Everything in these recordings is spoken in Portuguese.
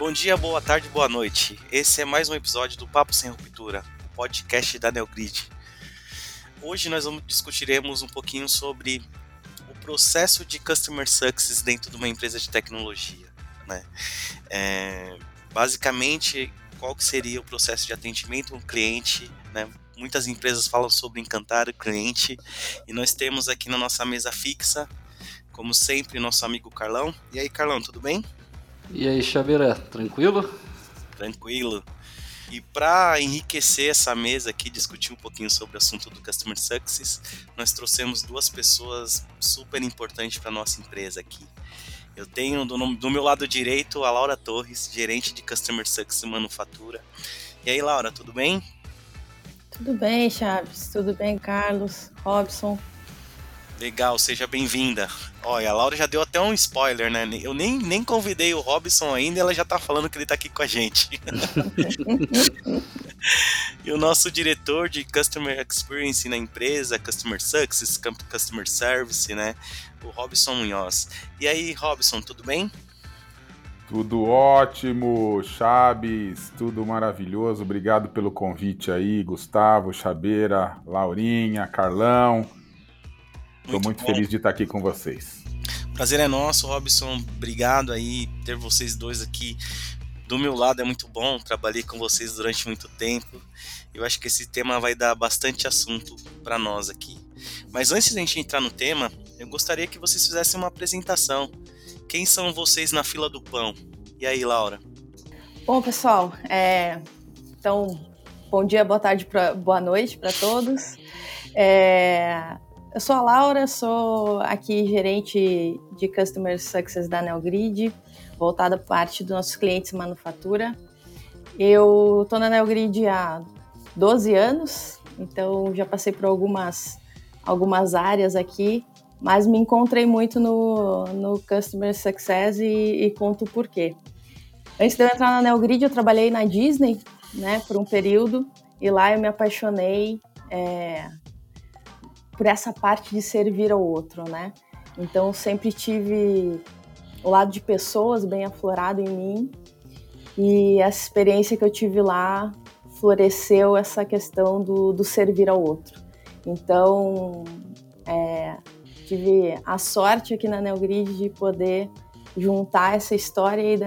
Bom dia, boa tarde, boa noite. Esse é mais um episódio do Papo Sem Ruptura, o podcast da Neogrid. Hoje nós discutiremos um pouquinho sobre o processo de Customer Success dentro de uma empresa de tecnologia, né? Basicamente, qual que seria o processo de atendimento ao cliente, né? Muitas empresas falam sobre encantar o cliente e nós temos aqui na nossa mesa fixa, como sempre, nosso amigo Carlão. E aí, Carlão, tudo bem? E aí, Xabeira, tranquilo? Tranquilo. E para enriquecer essa mesa aqui, discutir um pouquinho sobre o assunto do Customer Success, nós trouxemos duas pessoas super importantes para a nossa empresa aqui. Eu tenho do meu lado direito a Laura Torres, gerente de Customer Success Manufatura. E aí, Laura, tudo bem? Tudo bem, Chaves. Tudo bem, Carlos, Robson. Legal, seja bem-vinda. Olha, a Laura já deu até um spoiler, né? Eu nem convidei o Robson ainda e ela já tá falando que ele tá aqui com a gente. E o nosso diretor de Customer Experience na empresa, Customer Success, Customer Service, né? O Robson Munhoz. E aí, Robson, tudo bem? Tudo ótimo, Chaves, tudo maravilhoso. Obrigado pelo convite aí, Gustavo, Xabeira, Laurinha, Carlão. Estou muito feliz de estar aqui com vocês. Prazer é nosso, Robson. Obrigado aí ter vocês dois aqui do meu lado. É muito bom. Trabalhei com vocês durante muito tempo. Eu acho que esse tema vai dar bastante assunto para nós aqui. Mas antes de a gente entrar no tema, eu gostaria que vocês fizessem uma apresentação. Quem são vocês na fila do pão? E aí, Laura? Bom, pessoal, então, bom dia, boa tarde, boa noite para todos. Eu sou a Laura, sou aqui gerente de Customer Success da Neogrid, voltada para a parte dos nossos clientes manufatura. Eu estou na Neogrid há 12 anos, então já passei por algumas áreas aqui, mas me encontrei muito no Customer Success e conto o porquê. Antes de eu entrar na Neogrid, eu trabalhei na Disney, né, por um período, e lá eu me apaixonei por essa parte de servir ao outro, né? Então, sempre tive o lado de pessoas bem aflorado em mim, e essa experiência que eu tive lá floresceu essa questão do servir ao outro. Então, tive a sorte aqui na Neogrid de poder juntar essa história aí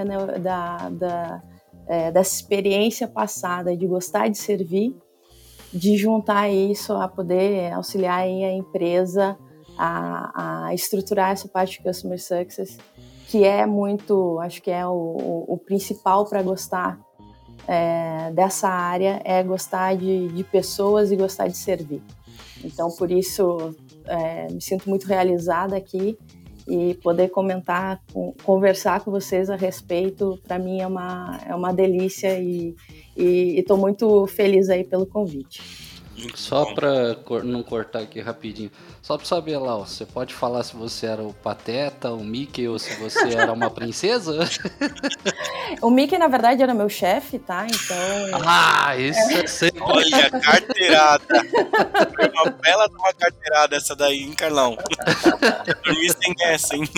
dessa experiência passada de gostar de servir, de juntar isso a poder auxiliar aí a empresa a estruturar essa parte de Customer Success, que é muito, acho que é o principal para gostar dessa área, é gostar de pessoas e gostar de servir. Então, por isso, me sinto muito realizada aqui e poder conversar com vocês a respeito, para mim é uma delícia e estou muito feliz aí pelo convite. Só para não cortar aqui rapidinho, só para saber lá, você pode falar se você era o Pateta, o Mickey ou se você era uma princesa? O Mickey, na verdade, era meu chefe, tá? Então... isso é sempre... Olha, carteirada. Foi uma bela de uma carteirada essa daí, hein, Carlão? Dormi sem essa, hein?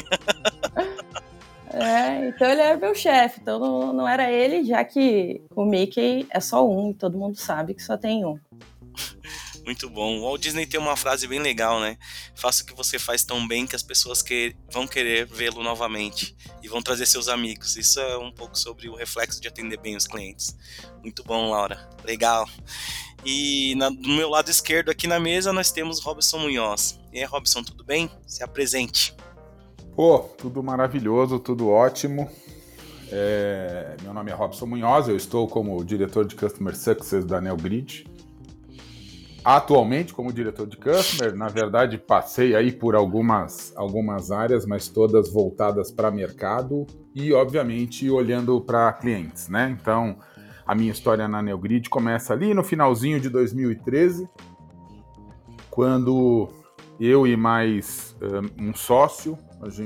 Então ele era meu chefe, então não era ele, já que o Mickey é só um e todo mundo sabe que só tem um. Muito bom. O Walt Disney tem uma frase bem legal, né? Faça o que você faz tão bem que as pessoas vão querer vê-lo novamente e vão trazer seus amigos. Isso é um pouco sobre o reflexo de atender bem os clientes. Muito bom, Laura. Legal. E do meu lado esquerdo aqui na mesa nós temos Robson Munhoz. E aí, Robson, tudo bem? Se apresente. Tudo maravilhoso, tudo ótimo. Meu nome é Robson Munhoz, eu estou como diretor de Customer Success da Neogrid. Atualmente como diretor de Customer, na verdade passei aí por algumas áreas, mas todas voltadas para mercado e obviamente olhando para clientes, né? Então a minha história na Neogrid começa ali no finalzinho de 2013, quando eu e mais um sócio,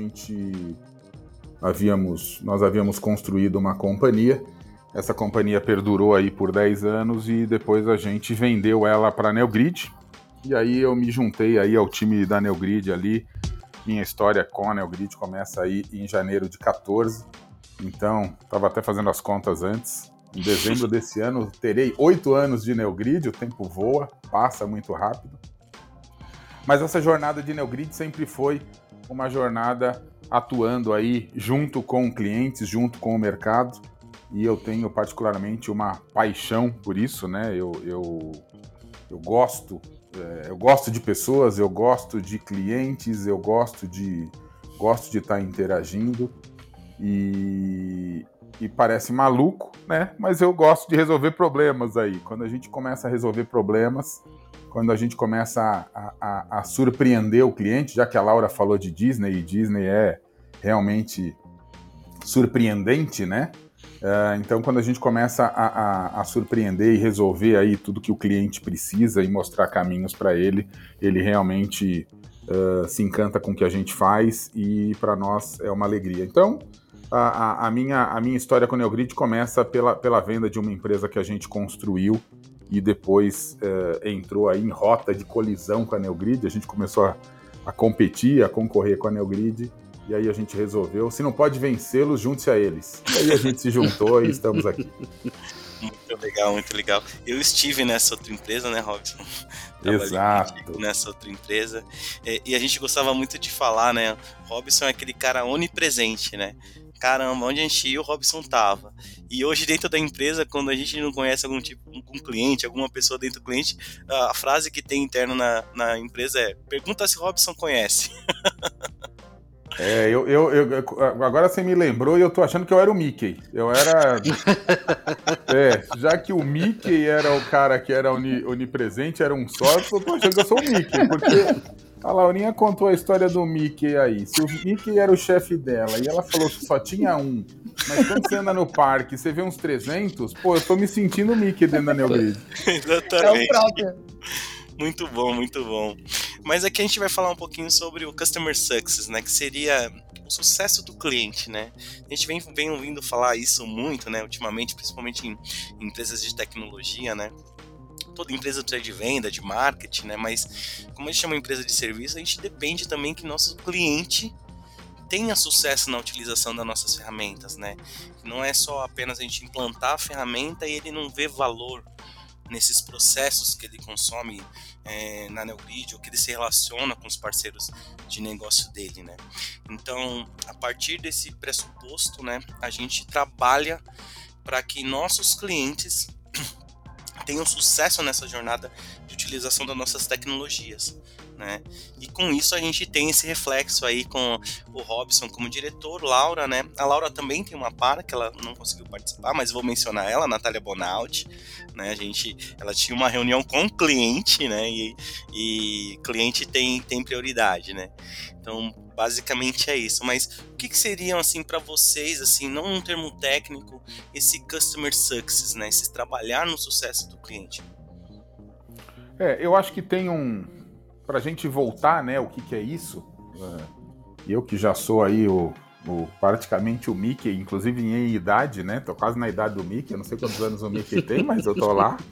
nós havíamos construído uma companhia. Essa companhia perdurou aí por 10 anos e depois a gente vendeu ela para a Neogrid. E aí eu me juntei aí ao time da Neogrid ali. Minha história com a Neogrid começa aí em janeiro de 14. Então, estava até fazendo as contas antes. Em dezembro desse ano, terei 8 anos de Neogrid, o tempo voa, passa muito rápido. Mas essa jornada de Neogrid sempre foi uma jornada atuando aí junto com clientes, junto com o mercado. E eu tenho particularmente uma paixão por isso, né? Eu gosto de pessoas, eu gosto de clientes, eu gosto de estar interagindo. E parece maluco, né? Mas eu gosto de resolver problemas aí. Quando a gente começa a resolver problemas, quando a gente começa a surpreender o cliente, já que a Laura falou de Disney, e Disney é realmente surpreendente, né? Então, quando a gente começa a surpreender e resolver aí tudo que o cliente precisa e mostrar caminhos para ele realmente se encanta com o que a gente faz e para nós é uma alegria. Então, a minha história com o Neogrid começa pela venda de uma empresa que a gente construiu e depois entrou aí em rota de colisão com a Neogrid. A gente começou a competir, a concorrer com a Neogrid, e aí a gente resolveu, se não pode vencê-los, junte-se a eles. E aí a gente se juntou e estamos aqui. Muito legal, muito legal. Eu estive nessa outra empresa, né, Robson? Exato. Nessa outra empresa. E a gente gostava muito de falar, né? Robson é aquele cara onipresente, né? Caramba, onde a gente ia, o Robson tava. E hoje dentro da empresa, quando a gente não conhece algum cliente, alguma pessoa dentro do cliente, a frase que tem interno na empresa é: pergunta se o Robson conhece. Agora você me lembrou e eu tô achando que eu era o Mickey. Eu era... já que o Mickey era o cara que era onipresente, era um sócio, eu tô achando que eu sou o Mickey, porque a Laurinha contou a história do Mickey aí. Se o Mickey era o chefe dela e ela falou que só tinha um, mas quando você anda no parque você vê uns 300, pô, eu tô me sentindo o Mickey dentro da Neogrid. Exatamente. É o próprio. Muito bom, muito bom. Mas aqui a gente vai falar um pouquinho sobre o Customer Success, né? Que seria o sucesso do cliente, né? A gente vem ouvindo falar isso muito, né? Ultimamente, principalmente em empresas de tecnologia, né? Toda empresa precisa de venda, de marketing, né? Mas como a gente é uma empresa de serviço, a gente depende também que nosso cliente tenha sucesso na utilização das nossas ferramentas, né? Não é só apenas a gente implantar a ferramenta e ele não vê valor nesses processos que ele consome na Neogrid, ou que ele se relaciona com os parceiros de negócio dele, né? Então, a partir desse pressuposto, né, a gente trabalha para que nossos clientes tenham sucesso nessa jornada de utilização das nossas tecnologias, né? E com isso a gente tem esse reflexo aí com o Robson como diretor, Laura, né? A Laura também tem uma para que ela não conseguiu participar, mas vou mencionar ela, a Natália Bonalti, né? Ela tinha uma reunião com o cliente, né? E cliente tem prioridade, né? Então, basicamente é isso. Mas o que seriam, assim, para vocês, assim, não um termo técnico, esse Customer Success, né? Esse trabalhar no sucesso do cliente? Eu acho que tem pra gente voltar, né, o que é isso, eu que já sou aí praticamente o Mickey, inclusive em idade, né, tô quase na idade do Mickey, eu não sei quantos anos o Mickey tem, mas eu tô lá.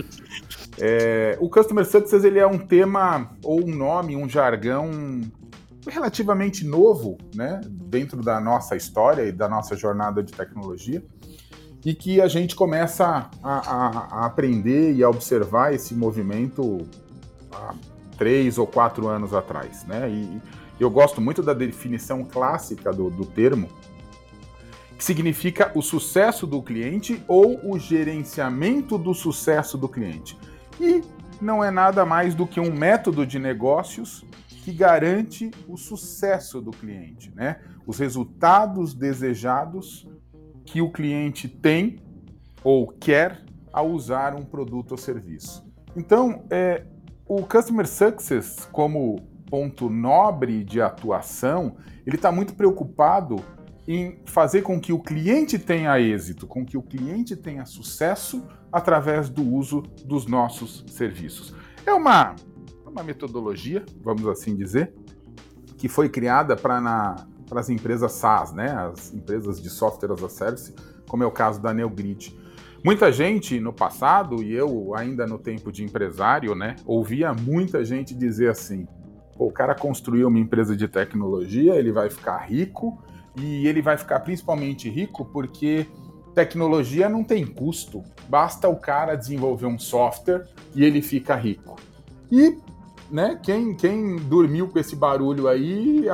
O Customer Success, ele é um tema, ou um nome, um jargão relativamente novo, né, dentro da nossa história e da nossa jornada de tecnologia, e que a gente começa a aprender e a observar esse movimento há 3 ou 4 anos atrás, né? E eu gosto muito da definição clássica do termo, que significa o sucesso do cliente ou o gerenciamento do sucesso do cliente. E não é nada mais do que um método de negócios que garante o sucesso do cliente, né? Os resultados desejados que o cliente tem ou quer ao usar um produto ou serviço. Então, o Customer Success, como ponto nobre de atuação, ele está muito preocupado em fazer com que o cliente tenha êxito, com que o cliente tenha sucesso através do uso dos nossos serviços. É uma metodologia, vamos assim dizer, que foi criada para as empresas SaaS, né? As empresas de software as a service, como é o caso da Neogrid. Muita gente no passado, e eu ainda no tempo de empresário, né, ouvia muita gente dizer assim: o cara construiu uma empresa de tecnologia, ele vai ficar rico, E ele vai ficar principalmente rico porque tecnologia não tem custo. Basta o cara desenvolver um software e ele fica rico. E, né, quem dormiu com esse barulho aí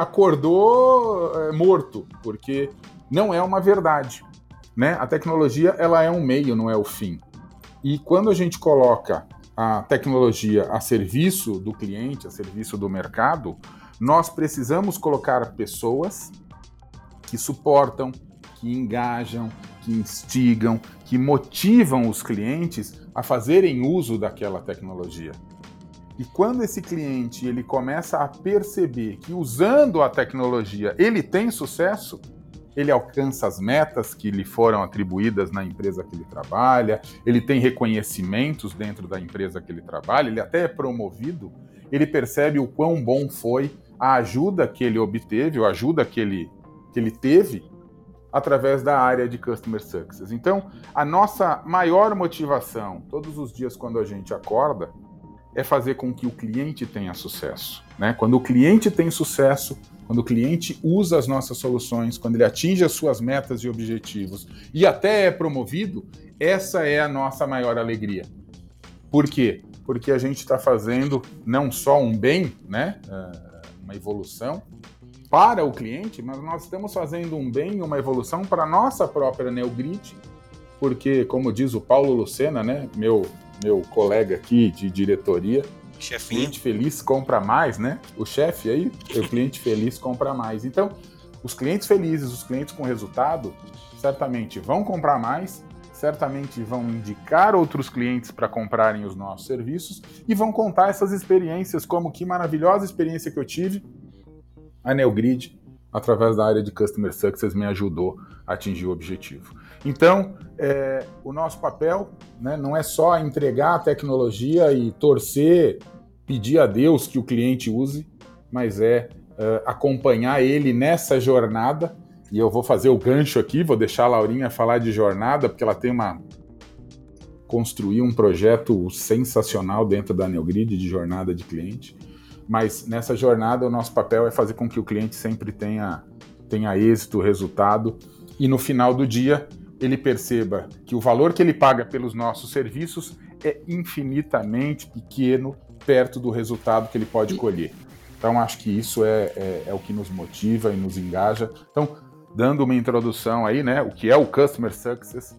acordou morto, porque não é uma verdade, né? A tecnologia, ela é um meio, não é o fim. E quando a gente coloca a tecnologia a serviço do cliente, a serviço do mercado, nós precisamos colocar pessoas que suportam, que engajam, que instigam, que motivam os clientes a fazerem uso daquela tecnologia. E quando esse cliente ele começa a perceber que usando a tecnologia ele tem sucesso, ele alcança as metas que lhe foram atribuídas na empresa que ele trabalha, ele tem reconhecimentos dentro da empresa que ele trabalha, ele até é promovido, ele percebe o quão bom foi a ajuda que ele obteve, a ajuda que ele teve através da área de Customer Success. Então, a nossa maior motivação, todos os dias quando a gente acorda, é fazer com que o cliente tenha sucesso, né? Quando o cliente tem sucesso, quando o cliente usa as nossas soluções, quando ele atinge as suas metas e objetivos e até é promovido, essa é a nossa maior alegria. Por quê? Porque a gente está fazendo não só um bem, né? Uma evolução para o cliente, mas nós estamos fazendo um bem, uma evolução para a nossa própria Neogrid, porque, como diz o Paulo Lucena, né? Meu colega aqui de diretoria, chefinho. Cliente feliz compra mais, né? O chefe aí, o cliente feliz compra mais. Então, os clientes felizes, os clientes com resultado, certamente vão comprar mais, certamente vão indicar outros clientes para comprarem os nossos serviços e vão contar essas experiências, como que maravilhosa experiência que eu tive. A Neogrid, através da área de Customer Success, me ajudou a atingir o objetivo. Então, o nosso papel, né, não é só entregar a tecnologia e torcer, pedir a Deus que o cliente use, mas acompanhar ele nessa jornada. E eu vou fazer o gancho aqui, vou deixar a Laurinha falar de jornada, porque ela tem construir um projeto sensacional dentro da Neogrid de jornada de cliente. Mas nessa jornada o nosso papel é fazer com que o cliente sempre tenha êxito, resultado, e no final do dia ele perceba que o valor que ele paga pelos nossos serviços é infinitamente pequeno perto do resultado que ele pode colher. Então acho que isso é o que nos motiva e nos engaja. Então, dando uma introdução aí, né, o que é o Customer Success,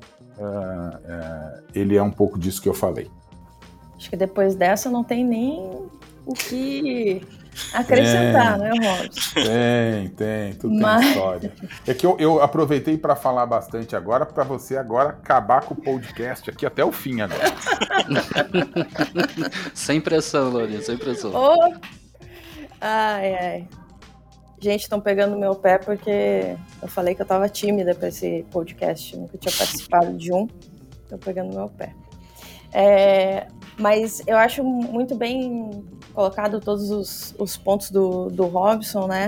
ele é um pouco disso que eu falei. Acho que depois dessa não tem nem o que acrescentar, né, Robson? Tem, tudo tem história. É que eu aproveitei para falar bastante agora, para você agora acabar com o podcast aqui até o fim agora. Sem pressão, Lourinha, sem pressão. Oh. Ai. Gente, estão pegando meu pé porque eu falei que eu estava tímida para esse podcast, nunca tinha participado de um, estão pegando meu pé. Mas eu acho muito bem colocado todos os pontos do Robson, né?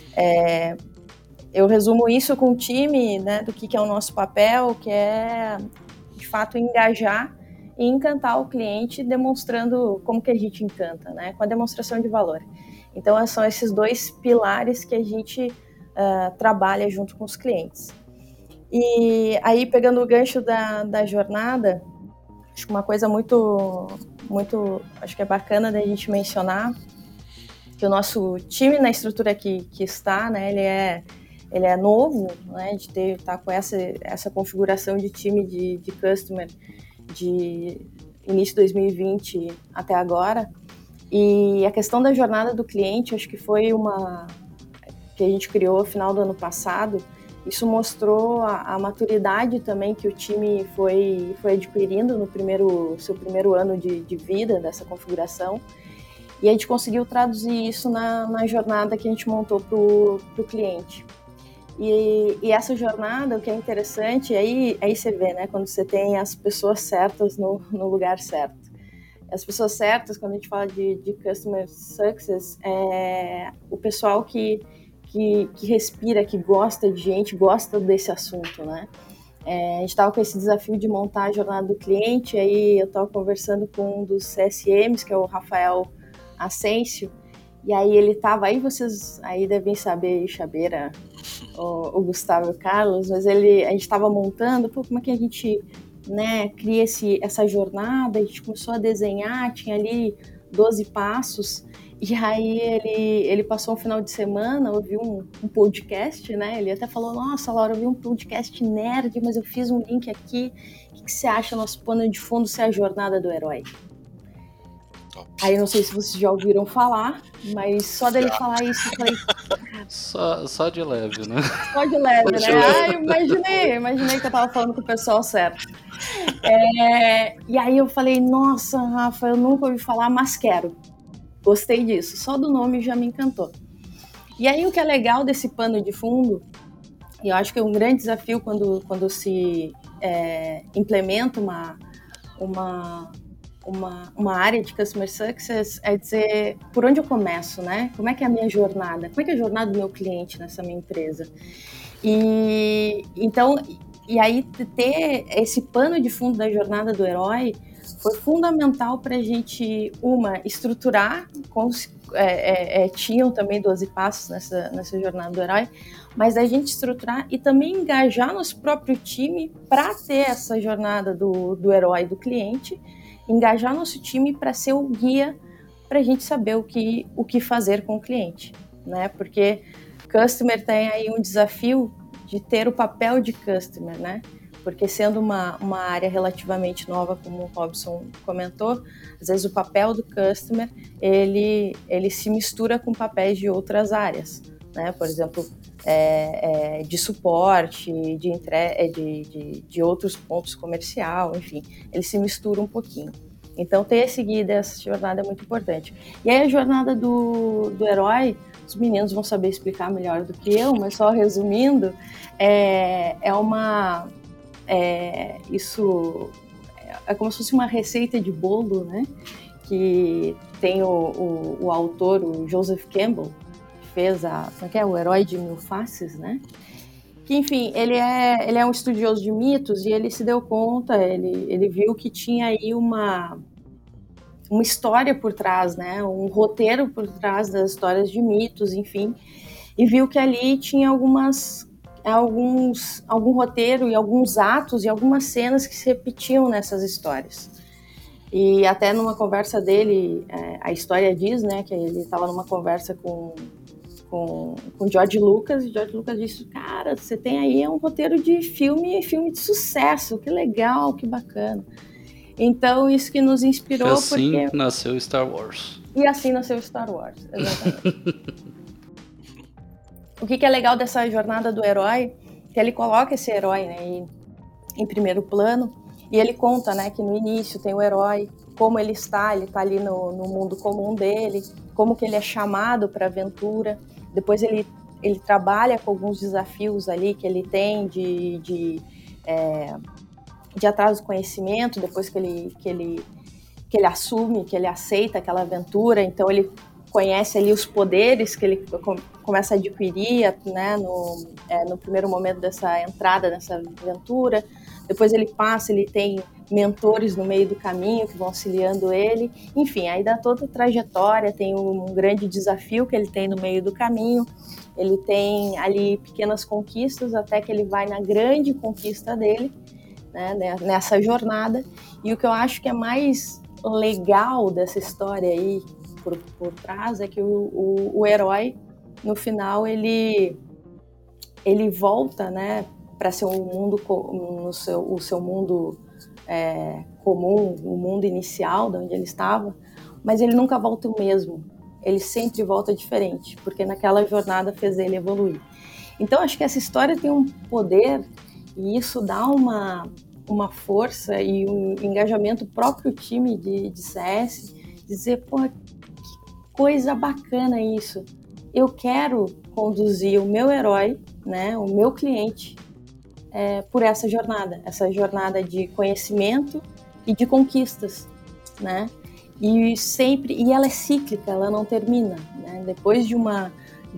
Eu resumo isso com o time, né, do que é o nosso papel, que é, de fato, engajar e encantar o cliente, demonstrando como que a gente encanta, né? Com a demonstração de valor. Então, são esses dois pilares que a gente trabalha junto com os clientes. E aí, pegando o gancho da jornada, acho que uma coisa muito, acho que é bacana da gente mencionar, que o nosso time na estrutura que está, né, ele é novo, né, de estar com essa configuração de time de customer de início de 2020 até agora. E a questão da jornada do cliente, acho que foi uma que a gente criou no final do ano passado. Isso mostrou a maturidade também que o time foi adquirindo no seu primeiro ano de vida dessa configuração. E a gente conseguiu traduzir isso na jornada que a gente montou para o cliente. E essa jornada, o que é interessante, aí você vê, né, quando você tem as pessoas certas no lugar certo. As pessoas certas, quando a gente fala de Customer Success, é o pessoal que respira, que gosta de gente, gosta desse assunto, né? A gente estava com esse desafio de montar a jornada do cliente, aí eu estava conversando com um dos CSMs, que é o Rafael Ascencio, e aí ele estava, aí vocês aí devem saber, Chabeira, o Gustavo e o Carlos, mas a gente estava montando, como é que a gente, né, cria essa jornada. A gente começou a desenhar, tinha ali 12 passos, e aí ele passou um final de semana, ouviu um podcast, né, ele até falou, nossa, Laura, eu vi um podcast nerd, mas eu fiz um link aqui, o que você acha, nosso pano de fundo ser a jornada do herói? Top. Aí eu não sei se vocês já ouviram falar, mas só dele falar isso, eu falei... Só de leve, né? Só de leve, né? Imaginei que eu tava falando com o pessoal certo. E aí eu falei, nossa, Rafa, eu nunca ouvi falar, mas quero. Gostei disso, só do nome já me encantou. E aí o que é legal desse pano de fundo, e eu acho que é um grande desafio quando se implementa uma área de Customer Success, é dizer por onde eu começo, né? Como é que é a minha jornada? Como é que é a jornada do meu cliente nessa minha empresa? E aí ter esse pano de fundo da jornada do herói foi fundamental para a gente, estruturar, tinham também 12 passos nessa jornada do herói, mas a gente estruturar e também engajar nosso próprio time para ter essa jornada do herói do cliente, engajar nosso time para ser o guia para a gente saber o que fazer com o cliente, né? Porque Customer tem aí um desafio de ter o papel de Customer, né? Porque sendo uma área relativamente nova, como o Robson comentou, às vezes o papel do Customer, ele se mistura com papéis de outras áreas, né? Por exemplo, de suporte, de outros pontos comercial, enfim, ele se mistura um pouquinho. Então, ter esse guia dessa jornada é muito importante. E aí, a jornada do herói, os meninos vão saber explicar melhor do que eu, mas só resumindo, isso é como se fosse uma receita de bolo, né? Que tem o autor, o Joseph Campbell, que fez o Herói de Mil Faces, né? Que, enfim, ele é um estudioso de mitos e ele se deu conta, ele viu que tinha aí uma história por trás, né? Um roteiro por trás das histórias de mitos, enfim, e viu que ali tinha algum roteiro e alguns atos e algumas cenas que se repetiam nessas histórias. E até numa conversa dele, a história diz, né, que ele estava numa conversa com George Lucas, e George Lucas disse, cara, você tem aí um roteiro de filme de sucesso, que legal, que bacana. Então, isso que nos inspirou, assim nasceu Star Wars. E assim nasceu Star Wars, exatamente. O que é legal dessa jornada do herói, que ele coloca esse herói, né, em primeiro plano, e ele conta, né, que no início tem o herói, como ele está ali no mundo comum dele, como que ele é chamado para a aventura. Depois ele trabalha com alguns desafios ali que ele tem de atraso do conhecimento, depois que ele assume, que ele aceita aquela aventura. Então ele conhece ali os poderes que ele começa a adquirir, né, no primeiro momento dessa entrada nessa aventura. Depois ele tem mentores no meio do caminho que vão auxiliando ele. Enfim, aí dá toda a trajetória, tem um grande desafio que ele tem no meio do caminho. Ele tem ali pequenas conquistas até que ele vai na grande conquista dele, né, nessa jornada. E o que eu acho que é mais legal dessa história aí por trás é que o herói, no final, ele volta, né, para ser um mundo o seu mundo comum, o mundo inicial de onde ele estava, mas ele nunca volta o mesmo, ele sempre volta diferente, porque naquela jornada fez ele evoluir. Então acho que essa história tem um poder e isso dá uma força e um engajamento próprio time de CS, dizer, pô, que coisa bacana isso, eu quero conduzir o meu herói, né, o meu cliente, por essa jornada de conhecimento e de conquistas, né? E ela é cíclica, ela não termina, né? Depois de uma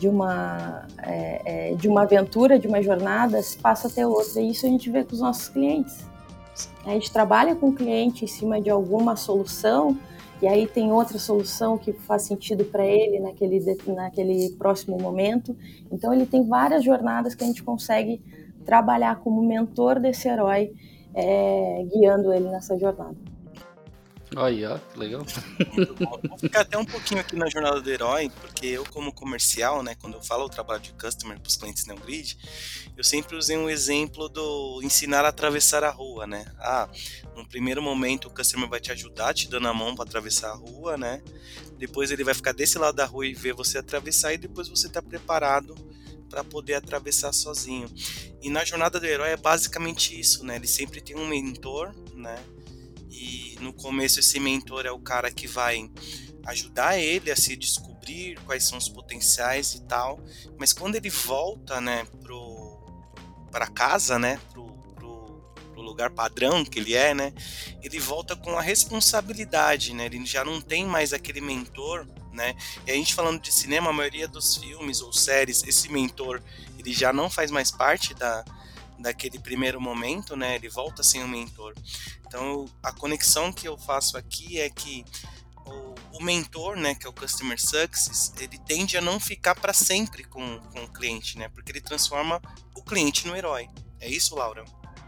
aventura, de uma jornada, se passa até outra. E isso a gente vê com os nossos clientes. A gente trabalha com o cliente em cima de alguma solução e aí tem outra solução que faz sentido para ele naquele próximo momento. Então ele tem várias jornadas que a gente consegue trabalhar como mentor desse herói, guiando ele nessa jornada. Aí, ó, que legal. Vou ficar até um pouquinho aqui na jornada do herói, porque eu, como comercial, né, quando eu falo o trabalho de customer para os clientes Neogrid, eu sempre usei um exemplo do ensinar a atravessar a rua, né? No primeiro momento o customer vai te ajudar, te dando a mão para atravessar a rua, né? Depois ele vai ficar desse lado da rua e ver você atravessar, e depois você está preparado para poder atravessar sozinho. E na jornada do herói é basicamente isso, né? Ele sempre tem um mentor, né? E no começo esse mentor é o cara que vai ajudar ele a se descobrir quais são os potenciais e tal, mas quando ele volta, né, para casa, né, pro lugar padrão que ele é, né, ele volta com a responsabilidade, né, ele já não tem mais aquele mentor, né, e a gente falando de cinema, a maioria dos filmes ou séries, esse mentor, ele já não faz mais parte daquele primeiro momento, né, ele volta sem um mentor. Então, a conexão que eu faço aqui é que o mentor, né, que é o Customer Success, ele tende a não ficar para sempre com o cliente, né, porque ele transforma o cliente no herói. É isso, Laura?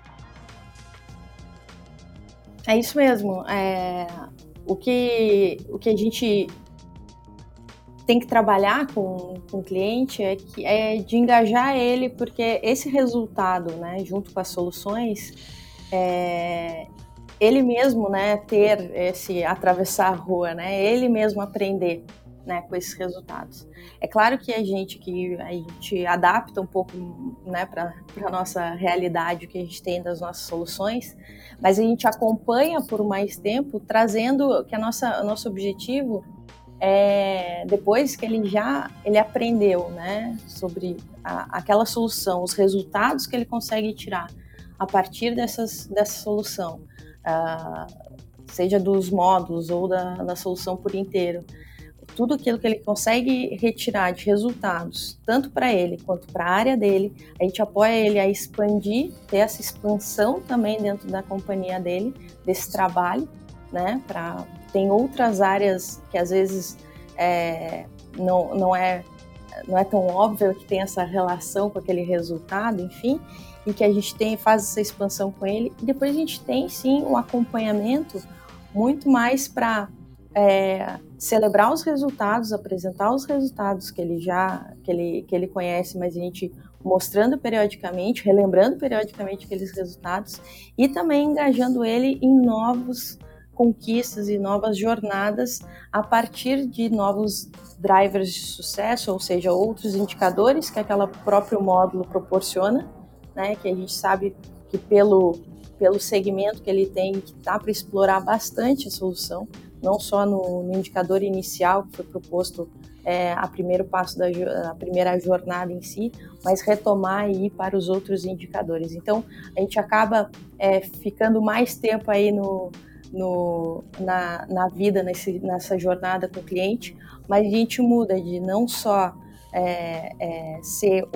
É isso mesmo. O que a gente tem que trabalhar com o cliente é de engajar ele, porque esse resultado, né, junto com as soluções, ele mesmo, né, ter atravessar a rua, né, ele mesmo aprender, né, com esses resultados. É claro que a gente adapta um pouco, né, para a nossa realidade, o que a gente tem das nossas soluções, mas a gente acompanha por mais tempo, trazendo que nosso objetivo depois que ele aprendeu, né, sobre aquela solução, os resultados que ele consegue tirar a partir dessa solução, seja dos módulos ou da solução por inteiro, tudo aquilo que ele consegue retirar de resultados, tanto para ele quanto para a área dele, a gente apoia ele a expandir, ter essa expansão também dentro da companhia dele, desse trabalho, né, tem outras áreas que às vezes não é tão óbvio que tem essa relação com aquele resultado, enfim, e que a gente faz essa expansão com ele. E depois a gente tem, sim, um acompanhamento muito mais para celebrar os resultados, apresentar os resultados que ele conhece, mas a gente mostrando periodicamente, relembrando periodicamente aqueles resultados e também engajando ele em novos conquistas e novas jornadas a partir de novos drivers de sucesso, ou seja, outros indicadores que aquele próprio módulo proporciona, né, que a gente sabe que pelo segmento que ele tem, que dá para explorar bastante a solução, não só no indicador inicial que foi proposto a primeiro passo da primeira jornada em si, mas retomar e ir para os outros indicadores. Então, a gente acaba ficando mais tempo aí na vida, nessa jornada com o cliente, mas a gente muda de não só ser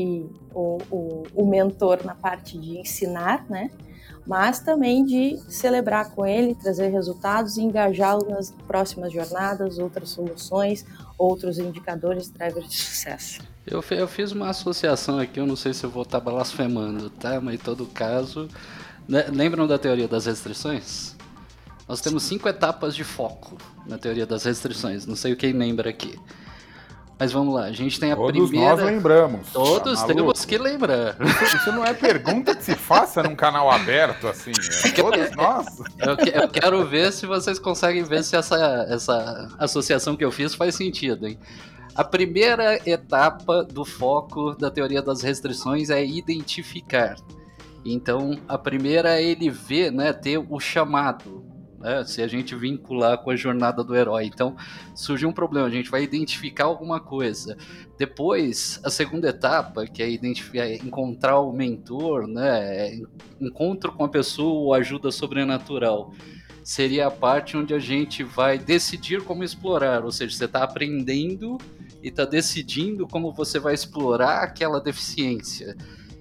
o mentor na parte de ensinar, né, mas também de celebrar com ele, trazer resultados e engajá-lo nas próximas jornadas, outras soluções, outros indicadores, drivers de sucesso. Eu fiz uma associação aqui, eu não sei se eu vou estar blasfemando, tá? Mas em todo caso, né, lembram da teoria das restrições? Nós temos 5 etapas de foco na teoria das restrições, não sei quem lembra aqui. Mas vamos lá, a gente tem a primeira... Todos nós lembramos. Todos temos que lembrar. Isso não é pergunta que se faça num canal aberto, assim. Todos nós. Eu quero ver se vocês conseguem ver se essa associação que eu fiz faz sentido, hein? A primeira etapa do foco da teoria das restrições é identificar. Então, a primeira é ele ver, né, ter o chamado. Se a gente vincular com a jornada do herói. Então, surgiu um problema, a gente vai identificar alguma coisa. Depois, a segunda etapa, que é encontrar o mentor, né, encontro com a pessoa ou ajuda sobrenatural, seria a parte onde a gente vai decidir como explorar, ou seja, você está aprendendo e está decidindo como você vai explorar aquela deficiência.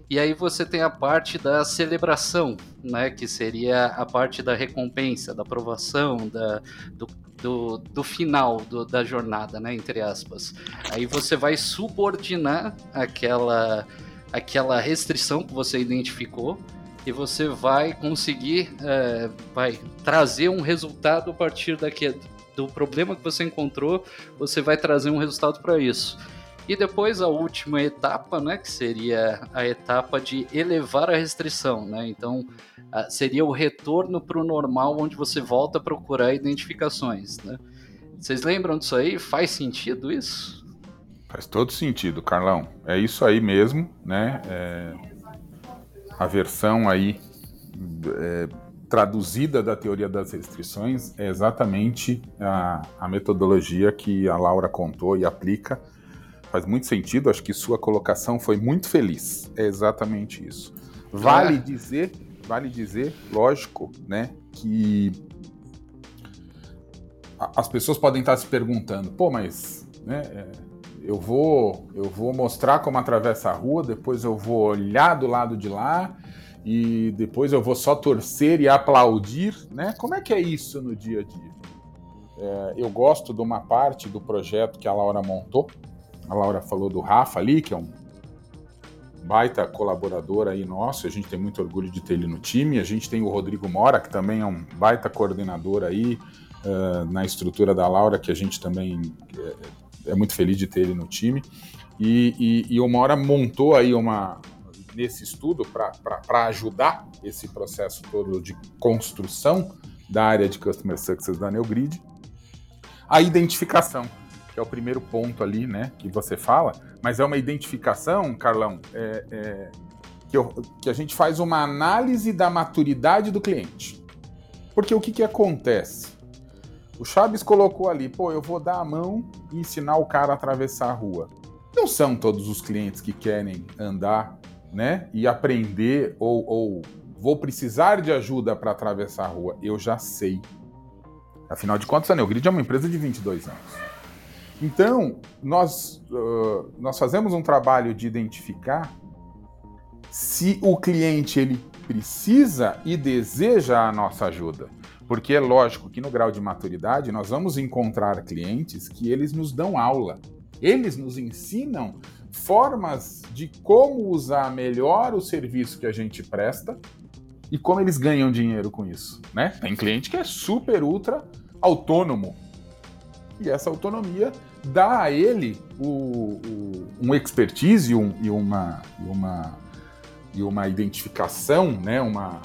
E aí você tem a parte da celebração, né, que seria a parte da recompensa, da aprovação, do final da jornada, né, entre aspas. Aí você vai subordinar aquela restrição que você identificou e você vai conseguir vai trazer um resultado a partir do problema que você encontrou, você vai trazer um resultado para isso. E depois a última etapa, né, que seria a etapa de elevar a restrição, né? Então, seria o retorno para o normal, onde você volta a procurar identificações, né? Vocês lembram disso aí? Faz sentido isso? Faz todo sentido, Carlão. É isso aí mesmo, né? A versão aí traduzida da teoria das restrições é exatamente a metodologia que a Laura contou e aplica. Faz muito sentido, acho que sua colocação foi muito feliz. É exatamente isso. Vale dizer, lógico, né, que as pessoas podem estar se perguntando, pô, mas né, eu vou mostrar como atravessa a rua, depois eu vou olhar do lado de lá e depois eu vou só torcer e aplaudir, né? Como é que é isso no dia a dia? Eu gosto de uma parte do projeto que a Laura montou. A Laura falou do Rafa ali, que é um baita colaborador aí nosso, a gente tem muito orgulho de ter ele no time. A gente tem o Rodrigo Mora, que também é um baita coordenador aí na estrutura da Laura, que a gente também é muito feliz de ter ele no time. E o Mora montou aí nesse estudo para ajudar esse processo todo de construção da área de Customer Success da Neogrid, a identificação, que é o primeiro ponto ali, né, que você fala, mas é uma identificação, Carlão, que a gente faz uma análise da maturidade do cliente. Porque o que acontece? O Chaves colocou ali, pô, eu vou dar a mão e ensinar o cara a atravessar a rua. Não são todos os clientes que querem andar, né, e aprender, ou vou precisar de ajuda para atravessar a rua. Eu já sei. Afinal de contas, a Neogrid é uma empresa de 22 anos. Então, nós fazemos um trabalho de identificar se o cliente ele precisa e deseja a nossa ajuda. Porque é lógico que no grau de maturidade nós vamos encontrar clientes que eles nos dão aula. Eles nos ensinam formas de como usar melhor o serviço que a gente presta e como eles ganham dinheiro com isso, né? Tem cliente que é super, ultra autônomo. E essa autonomia dá a ele um expertise e uma identificação, né?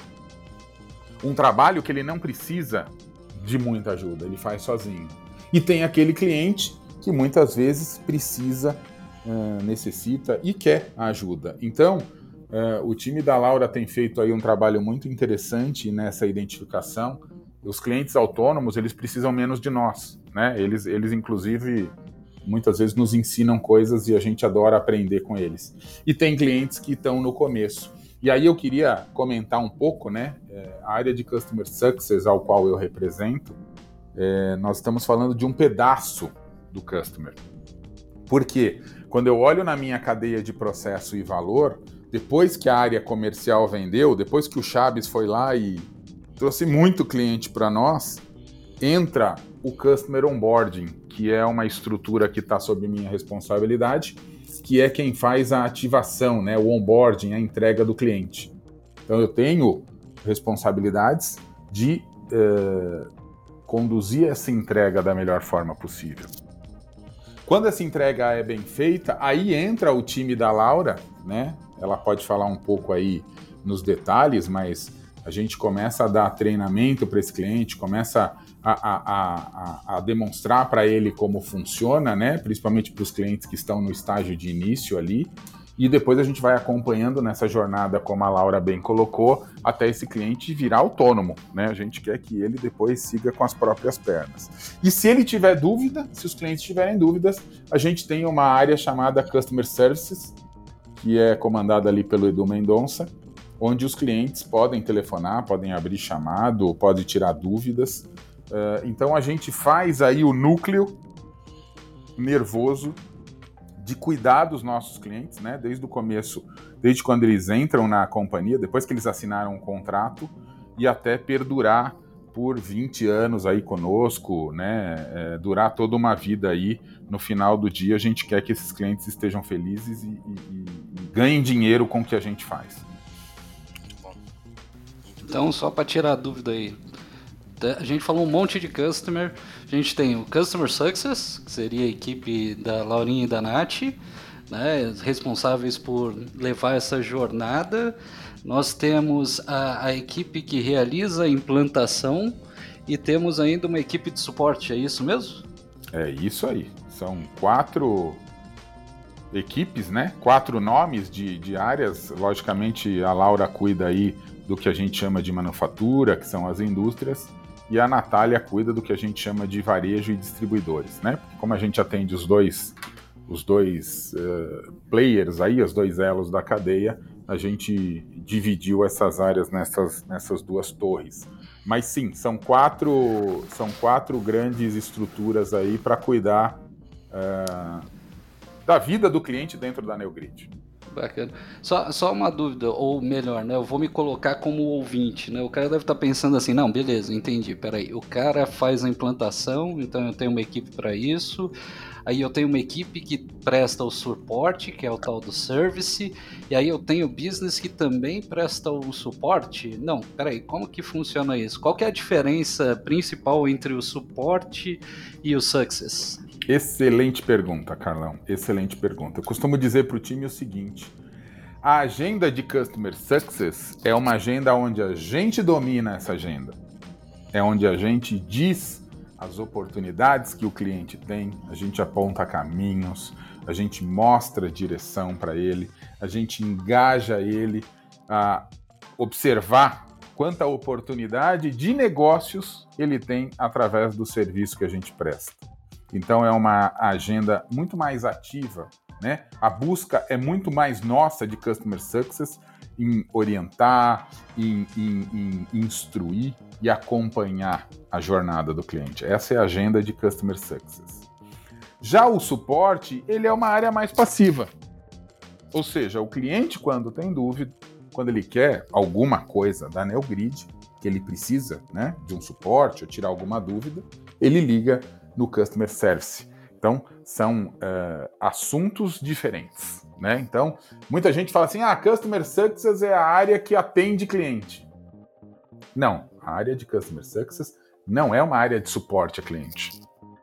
Um trabalho que ele não precisa de muita ajuda, ele faz sozinho. E tem aquele cliente que muitas vezes precisa, necessita e quer a ajuda. Então, o time da Laura tem feito aí um trabalho muito interessante nessa identificação. Os clientes autônomos, eles precisam menos de nós, né? Eles inclusive, muitas vezes nos ensinam coisas e a gente adora aprender com eles. E tem clientes que estão no começo. E aí eu queria comentar um pouco, né? A área de Customer Success ao qual eu represento, nós estamos falando de um pedaço do Customer. Porque quando eu olho na minha cadeia de processo e valor, depois que a área comercial vendeu, depois que o Chaves foi lá e trouxe muito cliente para nós, entra o Customer Onboarding, que é uma estrutura que está sob minha responsabilidade, que é quem faz a ativação, né, o onboarding, a entrega do cliente. Então eu tenho responsabilidades de conduzir essa entrega da melhor forma possível. Quando essa entrega é bem feita, aí entra o time da Laura, né? Ela pode falar um pouco aí nos detalhes, mas a gente começa a dar treinamento para esse cliente, começa a demonstrar para ele como funciona, né? Principalmente para os clientes que estão no estágio de início ali, e depois a gente vai acompanhando nessa jornada, como a Laura bem colocou, até esse cliente virar autônomo, né? A gente quer que ele depois siga com as próprias pernas. E se ele tiver dúvida, se os clientes tiverem dúvidas, a gente tem uma área chamada Customer Services, que é comandada ali pelo Edu Mendonça, onde os clientes podem telefonar, podem abrir chamado, podem tirar dúvidas. Então a gente faz aí o núcleo nervoso de cuidar dos nossos clientes, né? Desde o começo, desde quando eles entram na companhia, depois que eles assinaram um contrato, e até perdurar por 20 anos aí conosco, né? Durar toda uma vida aí. No final do dia, a gente quer que esses clientes estejam felizes e ganhem dinheiro com o que a gente faz. Muito bom. Então, só para tirar a dúvida aí, a gente falou um monte de customer. A gente tem o Customer Success, que seria a equipe da Laurinha e da Nath, né, responsáveis por levar essa jornada. Nós temos a equipe que realiza a implantação e temos ainda uma equipe de suporte, é isso mesmo? É isso aí. São 4 equipes, né? 4 nomes de áreas. Logicamente, a Laura cuida aí do que a gente chama de manufatura, que são as indústrias, e a Natália cuida do que a gente chama de varejo e distribuidores, né? Porque como a gente atende os dois players aí, os 2 elos da cadeia, a gente dividiu essas áreas nessas 2 torres. Mas sim, são 4 grandes estruturas aí para cuidar da vida do cliente dentro da Neogrid. Bacana. Só uma dúvida, ou melhor, né? Eu vou me colocar como ouvinte, né? O cara deve estar pensando assim, não, beleza, entendi, peraí. O cara faz a implantação, então eu tenho uma equipe para isso. Aí eu tenho uma equipe que presta o suporte, que é o tal do service. E aí eu tenho o business que também presta o suporte. Não, peraí, como que funciona isso? Qual que é a diferença principal entre o suporte e o success? Excelente pergunta, Carlão. Excelente pergunta. Eu costumo dizer para o time o seguinte: a agenda de Customer Success é uma agenda onde a gente domina essa agenda. É onde a gente diz as oportunidades que o cliente tem, a gente aponta caminhos, a gente mostra direção para ele, a gente engaja ele a observar quanta oportunidade de negócios ele tem através do serviço que a gente presta. Então é uma agenda muito mais ativa, né? A busca é muito mais nossa de Customer Success em orientar, em instruir e acompanhar a jornada do cliente. Essa é a agenda de Customer Success. Já o suporte, ele é uma área mais passiva. Ou seja, o cliente, quando tem dúvida, quando ele quer alguma coisa da Neogrid, que ele precisa, né, de um suporte ou tirar alguma dúvida, ele liga no Customer Service. Então, são assuntos diferentes, né? Então, muita gente fala assim, Customer Success é a área que atende cliente. Não, a área de Customer Success não é uma área de suporte a cliente.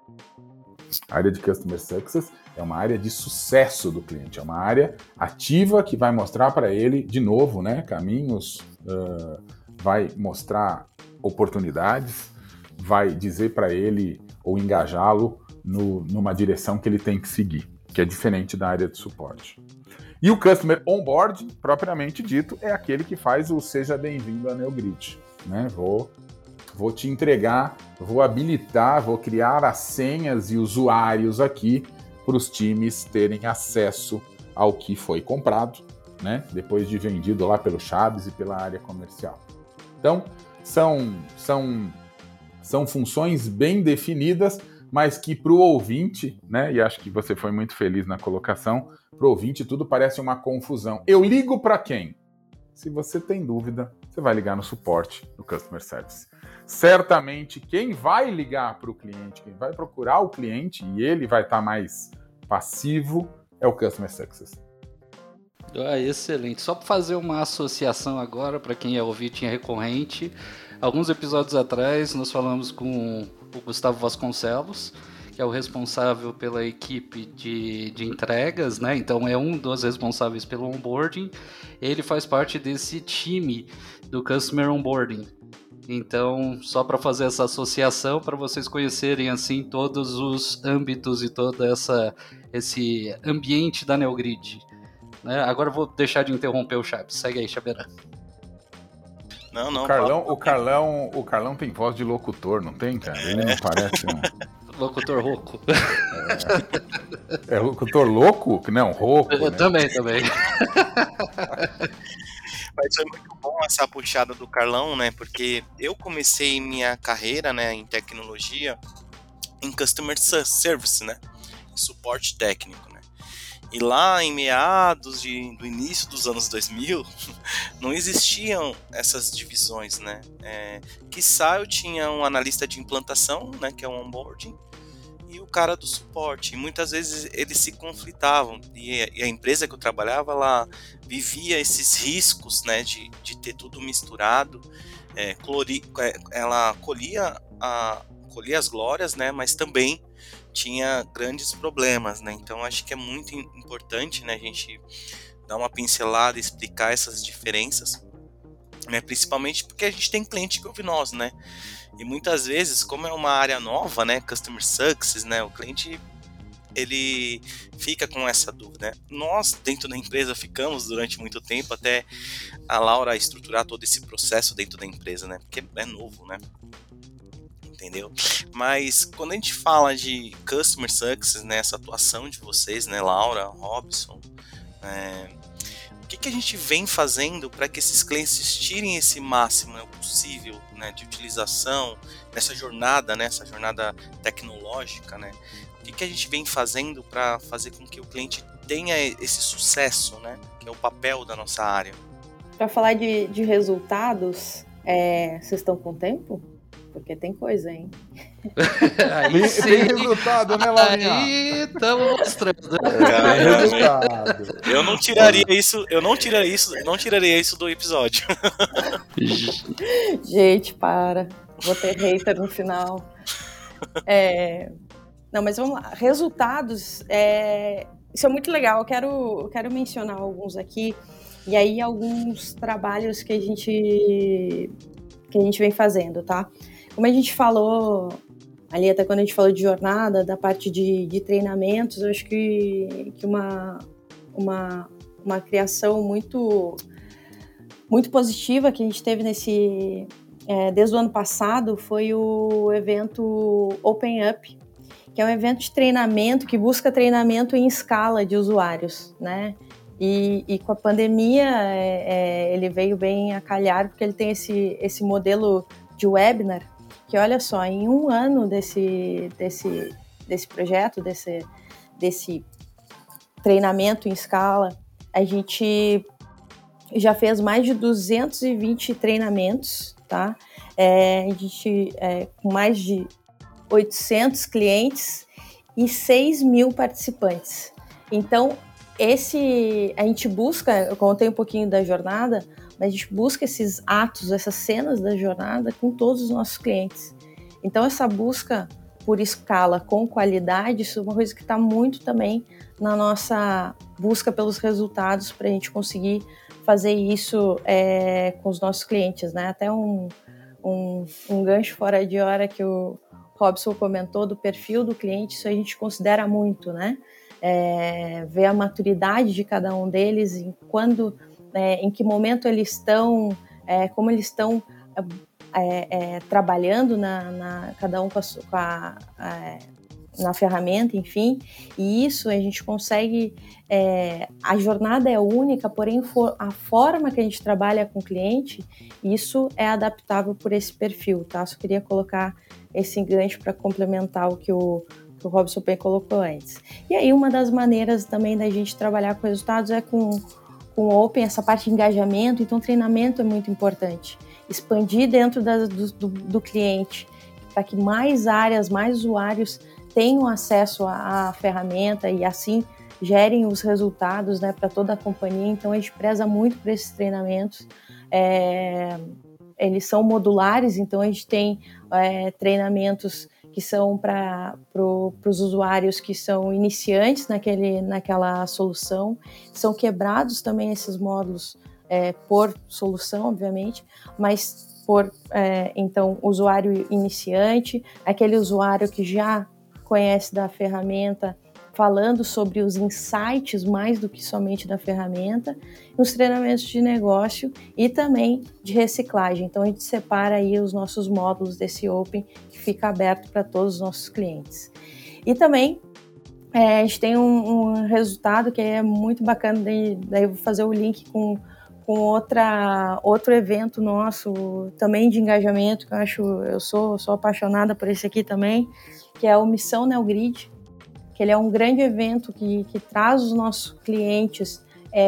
A área de Customer Success é uma área de sucesso do cliente, é uma área ativa que vai mostrar para ele, de novo, né, caminhos, vai mostrar oportunidades, vai dizer para ele ou engajá-lo numa direção que ele tem que seguir, que é diferente da área de suporte. E o Customer Onboarding, propriamente dito, é aquele que faz o seja bem-vindo à Neogrid, né? Vou te entregar, vou habilitar, vou criar as senhas e usuários aqui para os times terem acesso ao que foi comprado, né? Depois de vendido lá pelo Chaves e pela área comercial. Então, são funções bem definidas, mas que para o ouvinte, né, e acho que você foi muito feliz na colocação, para o ouvinte tudo parece uma confusão. Eu ligo para quem? Se você tem dúvida, você vai ligar no suporte do Customer Service. Certamente, quem vai ligar para o cliente, quem vai procurar o cliente, e ele vai estar mais passivo, é o Customer Success. Excelente. Só para fazer uma associação agora, para quem é ouvinte recorrente, alguns episódios atrás nós falamos com o Gustavo Vasconcelos, que é o responsável pela equipe de entregas, né? Então é um dos responsáveis pelo onboarding. Ele faz parte desse time do Customer Onboarding. Então, só para fazer essa associação, para vocês conhecerem assim todos os âmbitos e todo esse ambiente da Neogrid. Né? Agora eu vou deixar de interromper o Chaves. Segue aí, Chaberã. Não. O Carlão tem voz de locutor, não tem, cara? Ele não parece um... Locutor rouco. É locutor louco? Não, rouco. Né? Também. Mas foi muito bom essa puxada do Carlão, né? Porque eu comecei minha carreira, né, em tecnologia em Customer Service, né? Suporte técnico, né? E lá em meados do início dos anos 2000, não existiam essas divisões, né? Quiçá eu tinha um analista de implantação, né, que é o onboarding, e o cara do suporte. E muitas vezes eles se conflitavam. E a empresa que eu trabalhava, ela vivia esses riscos, né, de ter tudo misturado. Ela colhia as glórias, né, mas também tinha grandes problemas, né? Então acho que é muito importante, né, a gente dar uma pincelada e explicar essas diferenças, né, principalmente porque a gente tem cliente que ouve nós, né? E muitas vezes, como é uma área nova, né, Customer Success, né, o cliente ele fica com essa dúvida, né? Nós, dentro da empresa, ficamos durante muito tempo até a Laura estruturar todo esse processo dentro da empresa, né? Porque é novo, né? Entendeu? Mas quando a gente fala de Customer Success, né, essa atuação de vocês, né, Laura, Robson, o que a gente vem fazendo para que esses clientes tirem esse máximo, né, possível, né, de utilização nessa jornada, né, essa jornada tecnológica, né? O que a gente vem fazendo para fazer com que o cliente tenha esse sucesso, né, que é o papel da nossa área? Para falar de resultados, vocês estão com tempo? Porque tem coisa, hein? Aí sim. Tem resultado, né, Laurinha? Aí estamos mostrando. Tem resultado. Eu não tiraria isso do episódio. Gente, para. Vou ter hater no final. Não, mas vamos lá. Resultados, isso é muito legal. Eu quero mencionar alguns aqui. E aí, alguns trabalhos que a gente vem fazendo, tá? Como a gente falou ali, até quando a gente falou de jornada, da parte de treinamentos, eu acho que uma criação muito, muito positiva que a gente teve desde o ano passado foi o evento Open Up, que é um evento de treinamento que busca treinamento em escala de usuários, né? E com a pandemia, ele veio bem a calhar, porque ele tem esse modelo de webinar, que olha só, em um ano desse projeto, desse treinamento em escala, a gente já fez mais de 220 treinamentos, tá? A gente, com mais de 800 clientes e 6 mil participantes. Então, a gente busca, eu contei um pouquinho da jornada, mas a gente busca esses atos, essas cenas da jornada com todos os nossos clientes. Então, essa busca por escala com qualidade, isso é uma coisa que está muito também na nossa busca pelos resultados para a gente conseguir fazer isso com os nossos clientes, né? Até um gancho fora de hora que o Robson comentou do perfil do cliente, isso a gente considera muito, né? Ver a maturidade de cada um deles, em que momento eles estão, como eles estão trabalhando cada um na ferramenta, enfim, e isso a gente consegue, a jornada é única, porém a forma que a gente trabalha com o cliente, isso é adaptável por esse perfil, tá? Só queria colocar esse gancho para complementar o que o Robson bem colocou antes. E aí uma das maneiras também da gente trabalhar com resultados é com o Open, essa parte de engajamento, então treinamento é muito importante. Expandir dentro do cliente, para que mais áreas, mais usuários tenham acesso à ferramenta e assim gerem os resultados, né, para toda a companhia. Então a gente preza muito por esses treinamentos. Eles são modulares, então a gente tem treinamentos que são para os usuários que são iniciantes naquela solução. São quebrados também esses módulos por solução, obviamente, mas então, usuário iniciante, aquele usuário que já conhece da ferramenta, falando sobre os insights mais do que somente da ferramenta, nos treinamentos de negócio e também de reciclagem. Então, a gente separa aí os nossos módulos desse Open, que fica aberto para todos os nossos clientes. E também, a gente tem um resultado que é muito bacana, daí eu vou fazer o link com outro evento nosso, também de engajamento, que eu sou apaixonada por esse aqui também, que é o Missão NeoGrid. que ele é um grande evento que traz os nossos clientes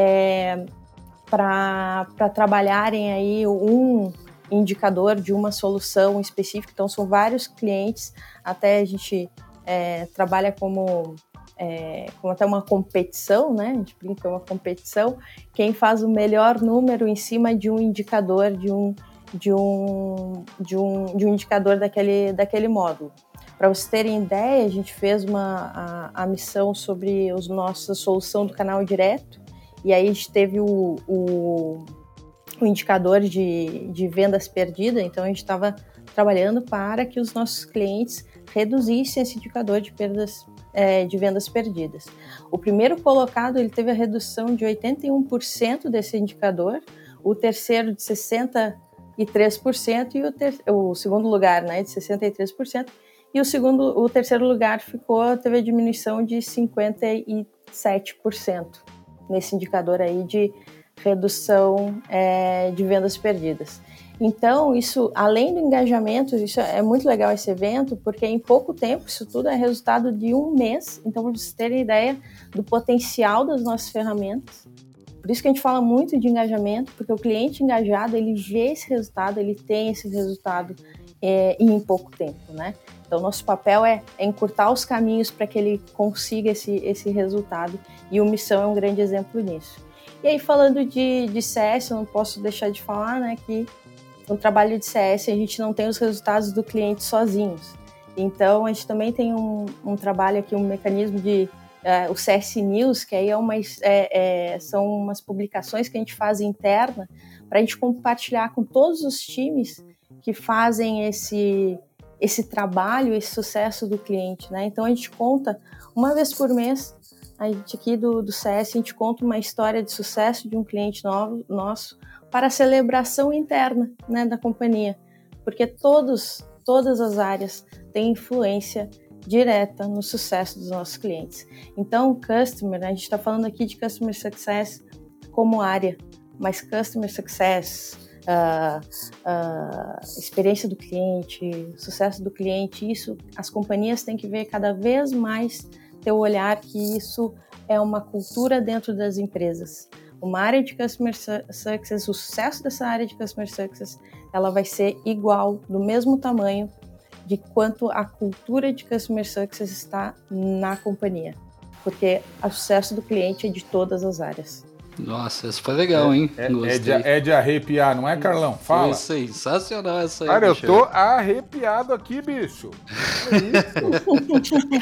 para trabalharem aí um indicador de uma solução específica. Então, são vários clientes, até a gente trabalha como até uma competição, né? A gente brinca, uma competição. Quem faz o melhor número em cima de um indicador, de um indicador daquele módulo. Para vocês terem ideia, a gente fez a missão sobre a nossa solução do canal direto, e aí a gente teve o indicador de vendas perdidas. Então a gente estava trabalhando para que os nossos clientes reduzissem esse indicador de vendas perdidas. O primeiro colocado, ele teve a redução de 81% desse indicador, o terceiro de 63% e o segundo lugar, né, de 63%, e o terceiro lugar teve a diminuição de 57% nesse indicador aí de redução de vendas perdidas. Então, isso, além do engajamento, isso é muito legal esse evento, porque em pouco tempo, isso tudo é resultado de um mês. Então, para vocês terem ideia do potencial das nossas ferramentas. Por isso que a gente fala muito de engajamento, porque o cliente engajado, ele vê esse resultado, ele tem esse resultado em pouco tempo, né? Então, nosso papel é encurtar os caminhos para que ele consiga esse resultado, e o Missão é um grande exemplo nisso. E aí, falando de CS, eu não posso deixar de falar, né, que no trabalho de CS a gente não tem os resultados do cliente sozinhos. Então, a gente também tem um trabalho aqui, um mecanismo de o CS News, que aí são umas publicações que a gente faz interna para a gente compartilhar com todos os times que fazem esse trabalho, esse sucesso do cliente, né? Então, a gente conta uma vez por mês. A gente aqui do CS, a gente conta uma história de sucesso de um cliente nosso para a celebração interna, né, da companhia, porque todas as áreas têm influência direta no sucesso dos nossos clientes. Então, a gente está falando aqui de Customer Success como área, mas Customer Success, experiência do cliente, sucesso do cliente, isso as companhias têm que ver cada vez mais, ter o olhar que isso é uma cultura dentro das empresas. Uma área de Customer Success, o sucesso dessa área de Customer Success, ela vai ser igual, do mesmo tamanho, de quanto a cultura de Customer Success está na companhia. Porque o sucesso do cliente é de todas as áreas. Nossa, isso foi legal, hein? É de arrepiar, não é, Carlão? Fala. Foi sensacional essa aí. Cara, eu tô arrepiado aqui, bicho. Que isso?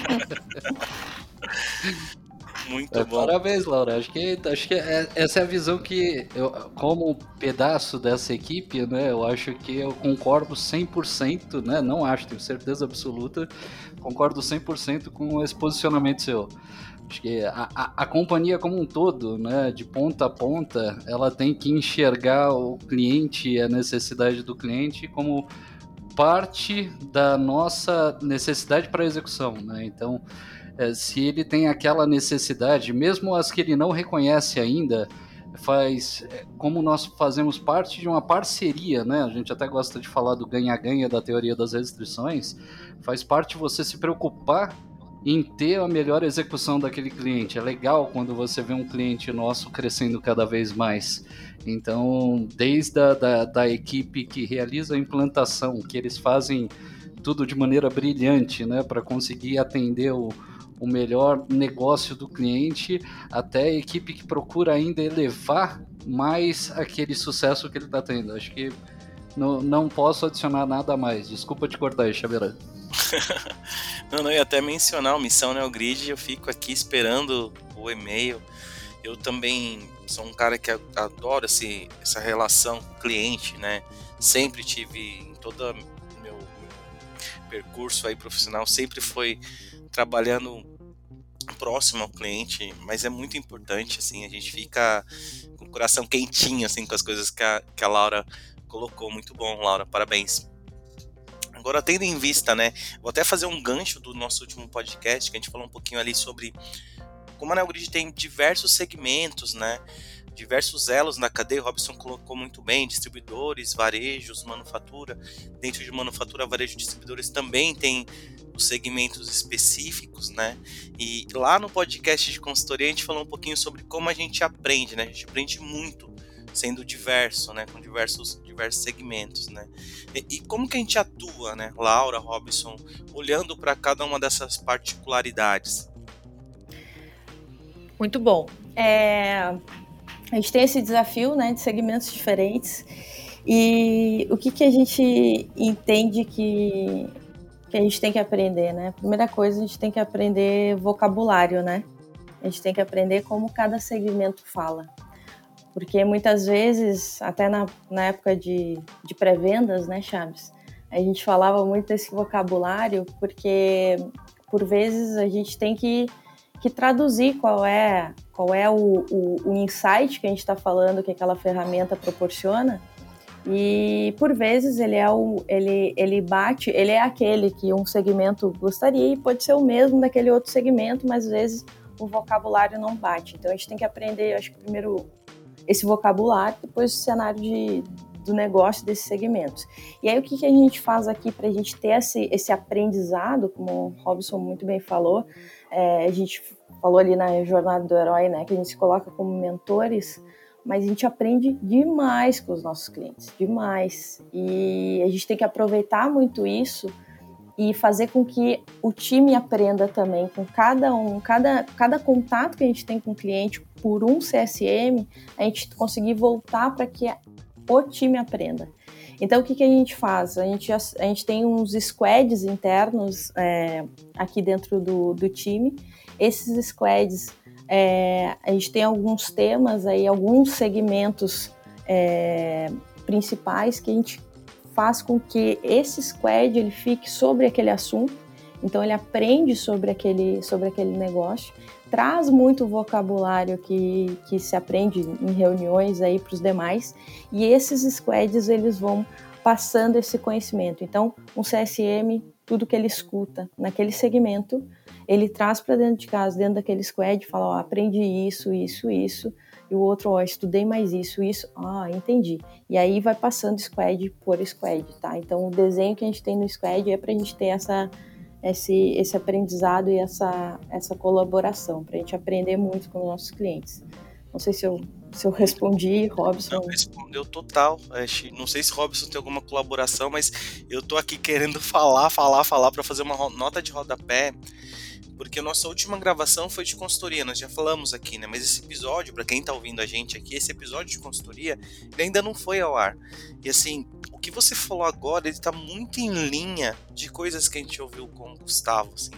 Muito bom. Parabéns, Laura. Acho que essa é a visão que eu, como pedaço dessa equipe, né, eu acho que eu concordo 100%, né, não acho, tenho certeza absoluta, concordo 100% com esse posicionamento seu. Acho que a companhia como um todo, né, de ponta a ponta, ela tem que enxergar o cliente e a necessidade do cliente como parte da nossa necessidade para a execução, né? Então, se ele tem aquela necessidade, mesmo as que ele não reconhece ainda, como nós fazemos parte de uma parceria, né? A gente até gosta de falar do ganha-ganha da teoria das restrições, faz parte você se preocupar em ter a melhor execução daquele cliente. É legal quando você vê um cliente nosso crescendo cada vez mais. Então, desde da equipe que realiza a implantação, que eles fazem tudo de maneira brilhante, né, para conseguir atender o melhor negócio do cliente, até a equipe que procura ainda elevar mais aquele sucesso que ele está tendo. Acho que não posso adicionar nada a mais. Desculpa te cortar aí, Xavier. Não, eu ia até mencionar o Missão NeoGrid, eu fico aqui esperando o e-mail. Eu também sou um cara que adoro essa relação com o cliente, né? Sempre tive, em todo o meu percurso aí profissional, sempre foi trabalhando próximo ao cliente, mas é muito importante, assim, a gente fica com o coração quentinho, assim, com as coisas que a Laura colocou. Muito bom, Laura, parabéns. Agora, tendo em vista, né, vou até fazer um gancho do nosso último podcast, que a gente falou um pouquinho ali sobre como a NeoGrid tem diversos segmentos, né, diversos elos na cadeia, o Robson colocou muito bem, distribuidores, varejos, manufatura. Dentro de manufatura, varejo, distribuidores também tem os segmentos específicos, né? E lá no podcast de consultoria a gente falou um pouquinho sobre como a gente aprende, né? A gente aprende muito sendo diverso, né? Com diversos segmentos, né? E como que a gente atua, né? Laura, Robson, olhando para cada uma dessas particularidades. Muito bom. A gente tem esse desafio, né, de segmentos diferentes, e o que a gente entende que a gente tem que aprender, né? Primeira coisa, a gente tem que aprender vocabulário, né? A gente tem que aprender como cada segmento fala. Porque muitas vezes, até na época de pré-vendas, né, Chaves? A gente falava muito desse vocabulário porque, por vezes, a gente tem que traduzir qual é o insight que a gente está falando, que aquela ferramenta proporciona. E, por vezes, ele é aquele que um segmento gostaria e pode ser o mesmo daquele outro segmento, mas, às vezes, o vocabulário não bate. Então, a gente tem que aprender, acho que, primeiro, esse vocabulário, depois o cenário do negócio desses segmentos. E aí, o que a gente faz aqui para a gente ter esse aprendizado, como o Robson muito bem falou, a gente falou ali na jornada do herói, né, que a gente se coloca como mentores, mas a gente aprende demais com os nossos clientes, demais. E a gente tem que aproveitar muito isso e fazer com que o time aprenda também com cada contato que a gente tem com o cliente por um CSM, a gente conseguir voltar para que o time aprenda. Então, o que a gente faz? A gente tem uns squads internos aqui dentro do time. Esses squads, a gente tem alguns temas, aí, alguns segmentos principais que a gente faz com que esse squad ele fique sobre aquele assunto. Então, ele aprende sobre aquele negócio, traz muito vocabulário que se aprende em reuniões aí para os demais, e esses squads eles vão passando esse conhecimento. Então, um CSM, tudo que ele escuta naquele segmento, ele traz para dentro de casa, dentro daquele squad, fala, ó, aprendi isso, isso, isso, e o outro, ó, estudei mais isso, entendi. E aí vai passando squad por squad, tá? Então, o desenho que a gente tem no squad é para a gente ter esse aprendizado e essa colaboração, para a gente aprender muito com os nossos clientes. Não sei se eu respondi, Robson. Não, respondeu total. Não sei se Robson tem alguma colaboração, mas eu tô aqui querendo falar para fazer uma nota de rodapé, porque a nossa última gravação foi de consultoria, nós já falamos aqui, né? Mas esse episódio, para quem tá ouvindo a gente aqui, esse episódio de consultoria, ele ainda não foi ao ar. E assim, o que você falou agora, ele tá muito em linha de coisas que a gente ouviu com o Gustavo, assim.